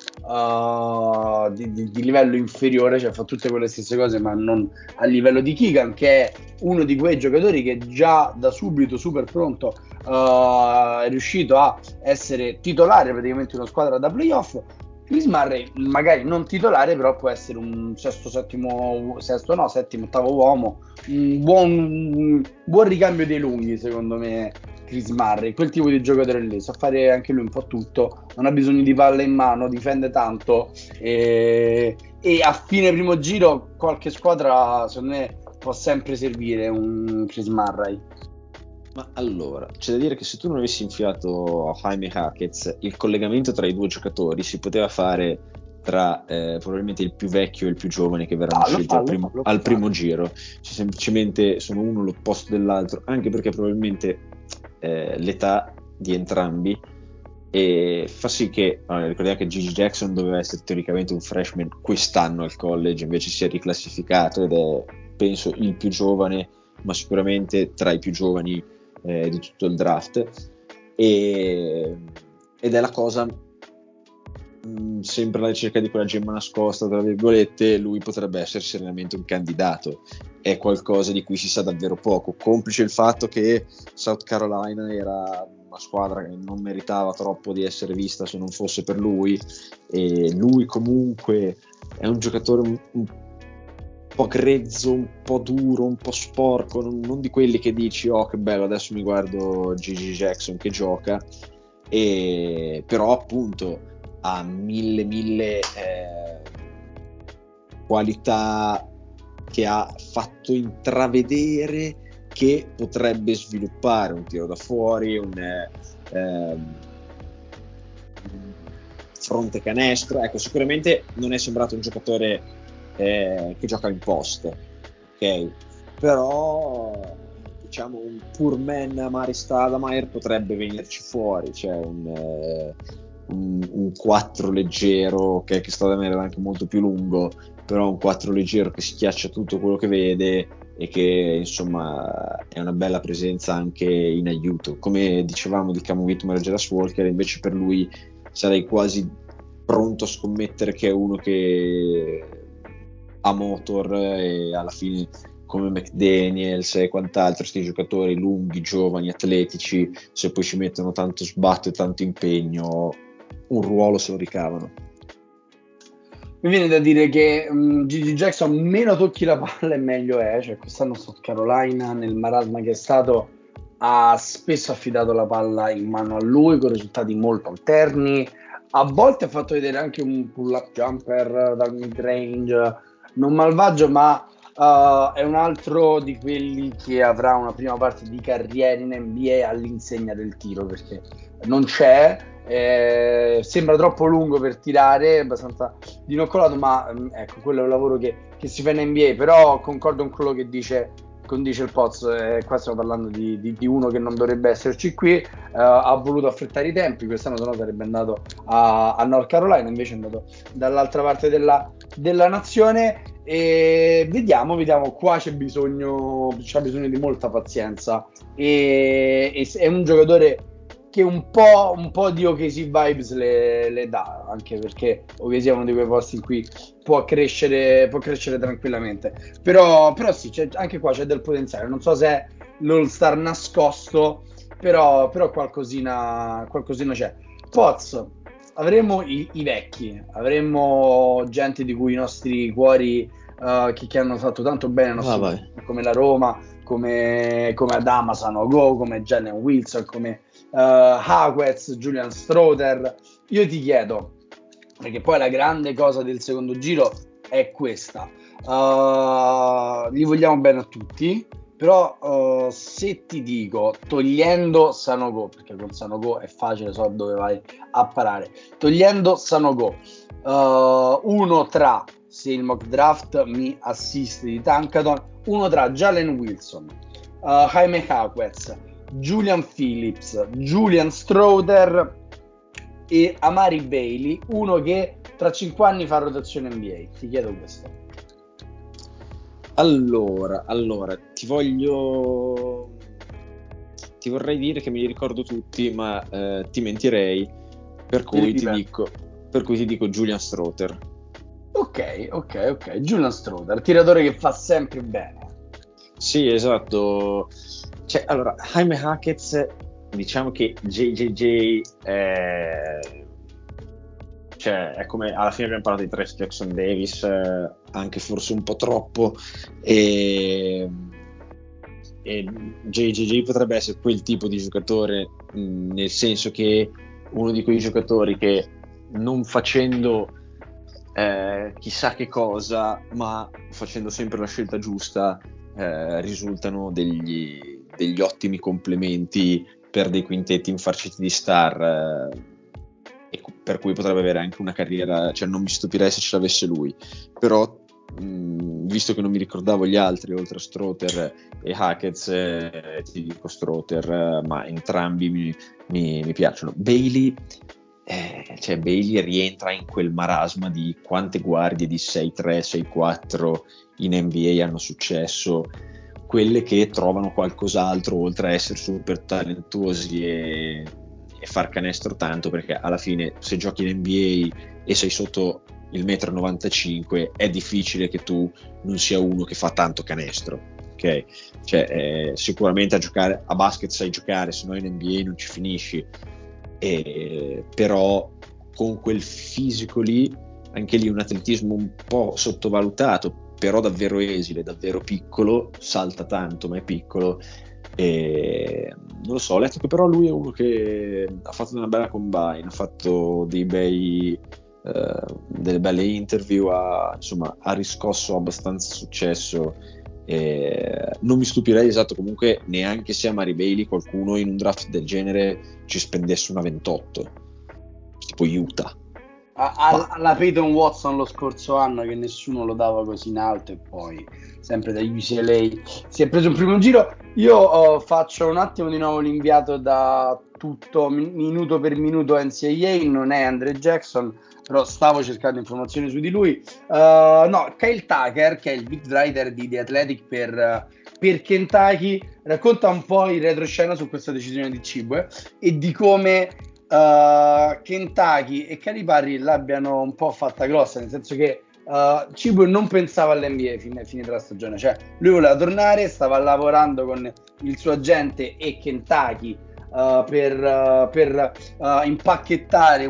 di livello inferiore, cioè fa tutte quelle stesse cose ma non a livello di Keegan, che è uno di quei giocatori che già da subito super pronto è riuscito a essere titolare praticamente in una squadra da playoff. Chris Murray magari non titolare, però può essere un settimo, ottavo uomo, un buon ricambio dei lunghi, secondo me. Chris Murray, quel tipo di giocatore lì, sa fare anche lui un po' tutto, non ha bisogno di palla in mano, difende tanto, e a fine primo giro qualche squadra secondo me può sempre servire un Chris Murray.
Ma allora, c'è da dire che se tu non avessi infilato Jaime Hackett, il collegamento tra i due giocatori si poteva fare tra probabilmente il più vecchio e il più giovane che verranno scelti al primo giro. Cioè, semplicemente sono uno l'opposto dell'altro, anche perché probabilmente l'età di entrambi fa sì che ricordiamo che Gigi Jackson doveva essere teoricamente un freshman quest'anno al college, invece si è riclassificato ed è penso il più giovane, ma sicuramente tra i più giovani di tutto il draft, ed è la cosa, sempre alla ricerca di quella gemma nascosta, tra virgolette. Lui potrebbe essere serenamente un candidato, è qualcosa di cui si sa davvero poco, complice il fatto che South Carolina era una squadra che non meritava troppo di essere vista se non fosse per lui, e lui comunque è un giocatore un po' grezzo, un po' duro, un po' sporco, non di quelli che dici oh che bello adesso mi guardo Gigi Jackson che gioca, e però appunto ha mille qualità che ha fatto intravedere che potrebbe sviluppare un tiro da fuori, un fronte canestro. Ecco, sicuramente non è sembrato un giocatore che gioca in post, ok? Però diciamo un poor man Amari Stoudemire potrebbe venirci fuori, cioè un 4 leggero, ok, che Stoudemire era anche molto più lungo, però un 4 leggero che schiaccia tutto quello che vede e che insomma è una bella presenza anche in aiuto. Come dicevamo di Cam Whitmore e Geras Walker, invece per lui sarei quasi pronto a scommettere che è uno che ha motor, e alla fine come McDaniels e quant'altro, questi giocatori lunghi, giovani, atletici, se poi ci mettono tanto sbatto e tanto impegno, un ruolo se lo ricavano.
Mi viene da dire che Gigi Jackson meno tocchi la palla e meglio è, cioè quest'anno South Carolina nel marasma che è stato ha spesso affidato la palla in mano a lui con risultati molto alterni, a volte ha fatto vedere anche un pull-up jumper dal mid-range non malvagio, ma è un altro di quelli che avrà una prima parte di carriera in NBA all'insegna del tiro, perché non c'è, sembra troppo lungo per tirare, abbastanza dinoccolato, ma ecco, quello è un lavoro che si fa in NBA. Però concordo con quello che dice il Poz, qua stiamo parlando di uno che non dovrebbe esserci qui, ha voluto affrettare i tempi, quest'anno se no sarebbe andato a North Carolina, invece è andato dall'altra parte della nazione, e vediamo, qua c'è bisogno di molta pazienza, e è un giocatore che un po' di OKC vibes le dà, anche perché OKC è uno di quei posti in cui può crescere tranquillamente, però sì, anche qua c'è del potenziale, non so se è l'all-star nascosto, però qualcosina c'è. Poz, avremo i vecchi, avremo gente di cui i nostri cuori che hanno fatto tanto bene ai nostri cuori, come la Roma, come Adama Sanogo, come Jalen Wilson, come Hawkins, Julian Strother. Io ti chiedo, perché poi la grande cosa del secondo giro è questa, li vogliamo bene a tutti, però se ti dico, togliendo Sanogo, perché con Sanogo è facile, so dove vai a parare, togliendo Sanogo, uno tra, se il mock draft mi assiste di Tankaton, uno tra Jalen Wilson, Jaime Hawkins, Julian Phillips, Julian Strother e Amari Bailey, uno che tra 5 anni fa rotazione NBA. Ti chiedo questo.
Allora, ti vorrei dire che me li ricordo tutti, ma ti mentirei, per cui ti dico Julian Strother.
Ok. Julian Strother, tiratore che fa sempre bene.
Sì, esatto. Cioè, allora, Jaime Hawkins, diciamo che JJJ cioè, è come alla fine abbiamo parlato di Trace Jackson Davis, anche forse un po' troppo, e JJJ potrebbe essere quel tipo di giocatore, nel senso che uno di quei giocatori che non facendo chissà che cosa, ma facendo sempre la scelta giusta, risultano degli ottimi complementi per dei quintetti infarciti di star, e per cui potrebbe avere anche una carriera, cioè non mi stupirei se ce l'avesse lui, però visto che non mi ricordavo gli altri oltre a Strother e Hackett, ti dico Strother, ma entrambi mi piacciono. Bailey rientra in quel marasma di quante guardie di 6-3, 6-4 in NBA hanno successo, quelle che trovano qualcos'altro oltre a essere super talentuosi e far canestro tanto, perché alla fine se giochi in NBA e sei sotto il 1,95 m è difficile che tu non sia uno che fa tanto canestro, ok? Cioè, sicuramente a giocare a basket sai giocare, se no in NBA non ci finisci, però con quel fisico lì, anche lì un atletismo un po' sottovalutato, però davvero esile, davvero piccolo, salta tanto ma è piccolo, e non lo so, ho letto che però lui è uno che ha fatto una bella combine, ha fatto delle belle interview, insomma ha riscosso abbastanza successo. Non mi stupirei, esatto, comunque neanche se a Mary Bailey qualcuno in un draft del genere ci spendesse una 28, tipo Utah.
Alla Peyton Watson lo scorso anno, che nessuno lo dava così in alto, e poi sempre da UCLA si è preso un primo giro. Io faccio un attimo di nuovo l'inviato da tutto minuto per minuto NCAA, non è Andre Jackson, però stavo cercando informazioni su di lui. No, Kyle Tucker, che è il beat writer di The Athletic per Kentucky, racconta un po' il retroscena su questa decisione di Cibue e di come Kentucky e Calipari l'abbiano un po' fatta grossa, nel senso che Cibue non pensava all'NBA finita la stagione, cioè lui voleva tornare, stava lavorando con il suo agente e Kentucky per impacchettare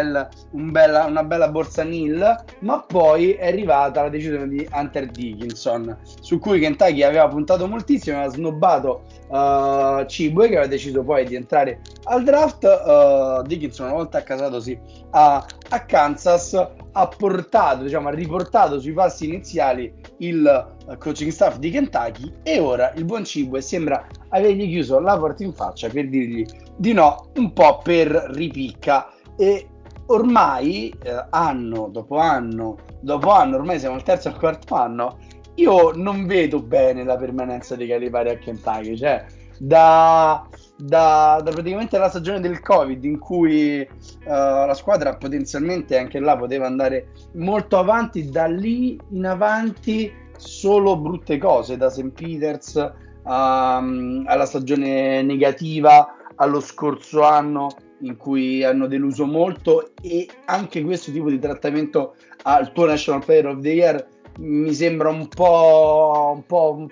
una bella borsa Nil, ma poi è arrivata la decisione di Hunter Dickinson, su cui Kentucky aveva puntato moltissimo, aveva snobbato Cibue, che aveva deciso poi di entrare al draft. Dickinson, una volta accasatosi a Kansas, ha riportato sui passi iniziali il coaching staff di Kentucky, e ora il buon Cibue sembra avergli chiuso la porta in faccia per dirgli di no, un po' per ripicca. E ormai anno dopo anno, ormai siamo al terzo e al quarto anno, io non vedo bene la permanenza di Calipari a Kentucky, cioè da praticamente la stagione del Covid, in cui la squadra potenzialmente anche là poteva andare molto avanti, da lì in avanti solo brutte cose, da St. Peters alla stagione negativa, allo scorso anno in cui hanno deluso molto, e anche questo tipo di trattamento al tuo National Player of the Year mi sembra un po'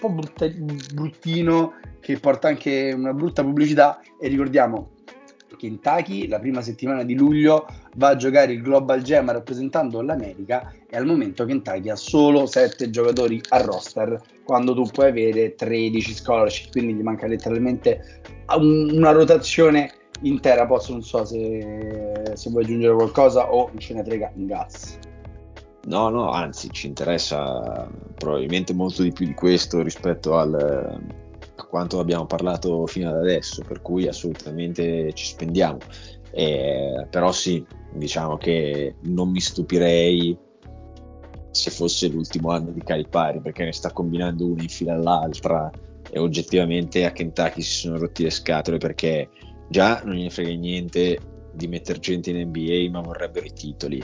bruttino, che porta anche una brutta pubblicità. E ricordiamo, Kentucky la prima settimana di luglio va a giocare il Global Jam rappresentando l'America, e al momento Kentucky ha solo 7 giocatori a roster, quando tu puoi avere 13 scholarship, quindi gli manca letteralmente una rotazione intera. Non so se vuoi aggiungere qualcosa o ce ne frega un gas.
No, anzi, ci interessa probabilmente molto di più di questo rispetto a quanto abbiamo parlato fino ad adesso, per cui assolutamente ci spendiamo. Però sì, diciamo che non mi stupirei se fosse l'ultimo anno di Calipari, perché ne sta combinando una in fila all'altra, e oggettivamente a Kentucky si sono rotti le scatole, perché già non gliene frega niente di mettere gente in NBA, ma vorrebbero i titoli.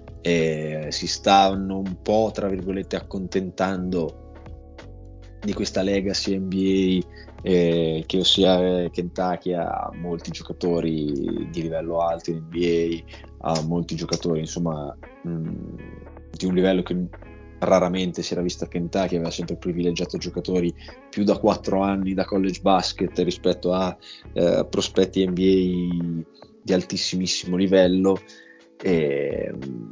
Si stanno un po', tra virgolette, accontentando di questa legacy NBA, che ossia Kentucky ha molti giocatori di livello alto in NBA, ha molti giocatori insomma di un livello che raramente si era visto a Kentucky, aveva sempre privilegiato giocatori più da 4 anni da college basket rispetto a prospetti NBA di altissimissimo livello. E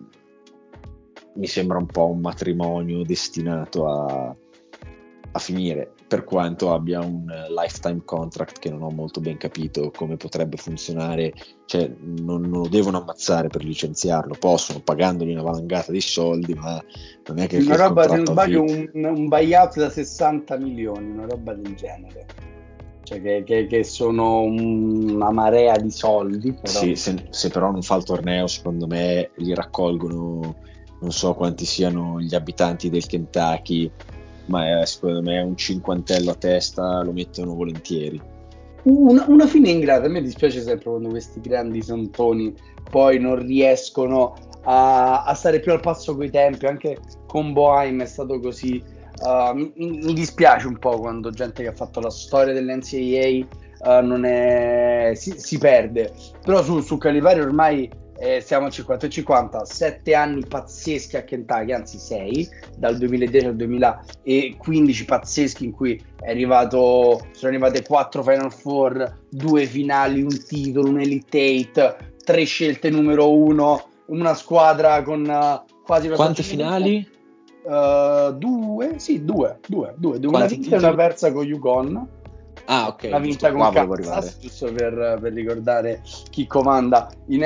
mi sembra un po' un matrimonio destinato a finire, per quanto abbia un lifetime contract che non ho molto ben capito come potrebbe funzionare. Cioè non lo devono ammazzare per licenziarlo, possono, pagandogli una valangata di soldi, ma non è che
Una
il
roba, se non
contratto
sbaglio, un buyout da 60 milioni, una roba del genere. Cioè che sono una marea di soldi, però.
Sì, se però non fa il torneo, secondo me li raccolgono, non so quanti siano gli abitanti del Kentucky, ma secondo me un cinquantello a testa lo mettono volentieri.
Una fine ingrata. A me dispiace sempre quando questi grandi santoni poi non riescono a stare più al passo coi tempi. Anche con Boeheim è stato così. mi dispiace un po' quando gente che ha fatto la storia dell'NCAA si perde. Però su Calipari ormai siamo a 50 e 50, 7 anni pazzeschi a Kentucky, anzi 6, dal 2010 al 2015 pazzeschi, in cui sono arrivate 4 Final Four, 2 finali, un titolo, un Elite 8, 3 scelte numero 1, una squadra con quasi la
Quante
stagione
finali?
Due, una
Quanti
vinta e una
titoli?
persa con UConn.
Ah, ok,
Una
giusto,
vinta con
qua volevo arrivare.
Kansas, giusto per ricordare chi comanda in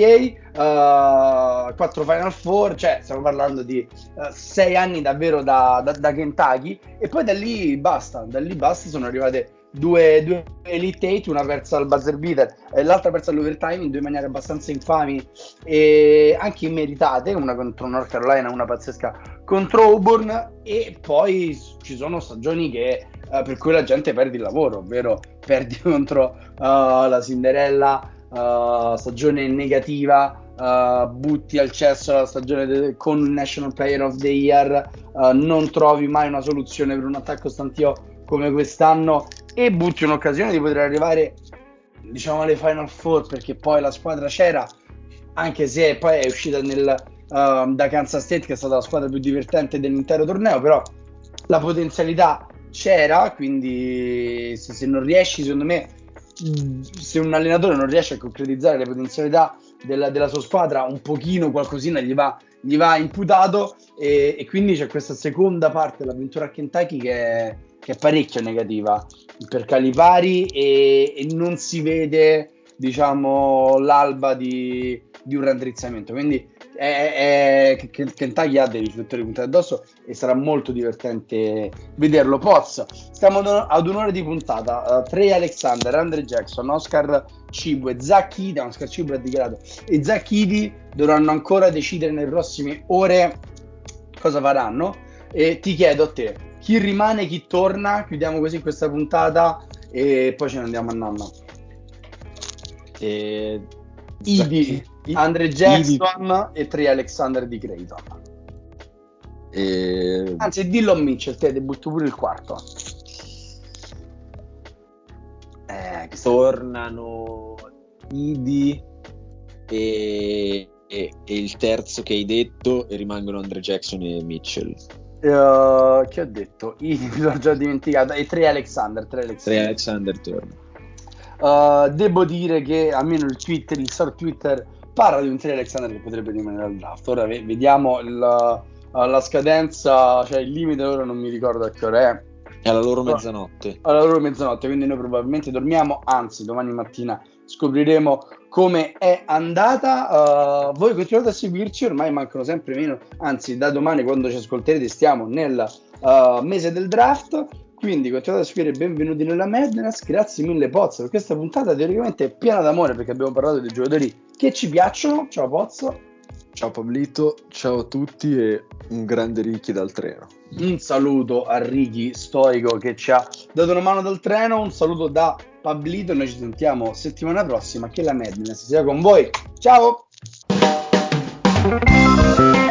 NCAA. 4 Final Four, cioè stiamo parlando di 6 anni davvero da Kentucky, e poi da lì basta, sono arrivate due Elite 8, una persa al buzzer beater e l'altra persa all'overtime in due maniere abbastanza infami e anche immeritate, una contro North Carolina, una pazzesca contro Auburn, e poi ci sono stagioni per cui la gente perde il lavoro, ovvero perdi contro la Cinderella, stagione negativa, butti al cesso la stagione con il National Player of the Year, non trovi mai una soluzione per un attacco stantio come quest'anno e butti un'occasione di poter arrivare, diciamo, alle Final Four, perché poi la squadra c'era, anche se poi è uscita da Kansas State, che è stata la squadra più divertente dell'intero torneo, però la potenzialità c'era, quindi se non riesci, secondo me, se un allenatore non riesce a concretizzare le potenzialità della sua squadra, un pochino, qualcosina gli va imputato, e quindi c'è questa seconda parte dell'avventura a Kentucky che è parecchio negativa per Calipari, e non si vede, diciamo, l'alba di un raddrizzamento. Quindi Kentucky ha dei riflettori puntati addosso e sarà molto divertente vederlo. Poz, stiamo ad un'ora di puntata. Trey Alexander, Andre Jackson, Oscar Cibo e Zach Edey, Oscar Cibo ha dichiarato, e Zach Edey dovranno ancora decidere nelle prossime ore cosa faranno, e ti chiedo a te, chi rimane, chi torna? Chiudiamo così questa puntata e poi ce ne andiamo a nanna. Edey, Andre Jackson e Trey Alexander di Creighton. Anzi, Dillon Mitchell, te butto pure il quarto.
Tornano Edey e il terzo che hai detto, e rimangono Andre Jackson e Mitchell.
Che ho detto? Mi l'ho già dimenticato. E Trey Alexander.
Trey Alexander torna.
Devo dire che almeno il solo Twitter parla di un Trey Alexander che potrebbe rimanere al draft. Ora vediamo la scadenza, cioè il limite, ora non mi ricordo a che ora è.
È alla loro mezzanotte.
Alla loro mezzanotte, quindi noi probabilmente dormiamo, anzi domani mattina scopriremo come è andata. Voi continuate a seguirci, ormai mancano sempre meno, anzi da domani, quando ci ascolterete, stiamo nel mese del draft, quindi continuate a seguire Benvenuti nella Madness. Grazie mille Pozzo per questa puntata teoricamente piena d'amore, perché abbiamo parlato dei giocatori che ci piacciono. Ciao Pozzo.
Ciao Pablito, ciao a tutti e un grande Ricky dal treno.
Un saluto a Ricky Stoico che ci ha dato una mano dal treno, un saluto da Pablito, noi ci sentiamo settimana prossima, che la Madness sia con voi. Ciao!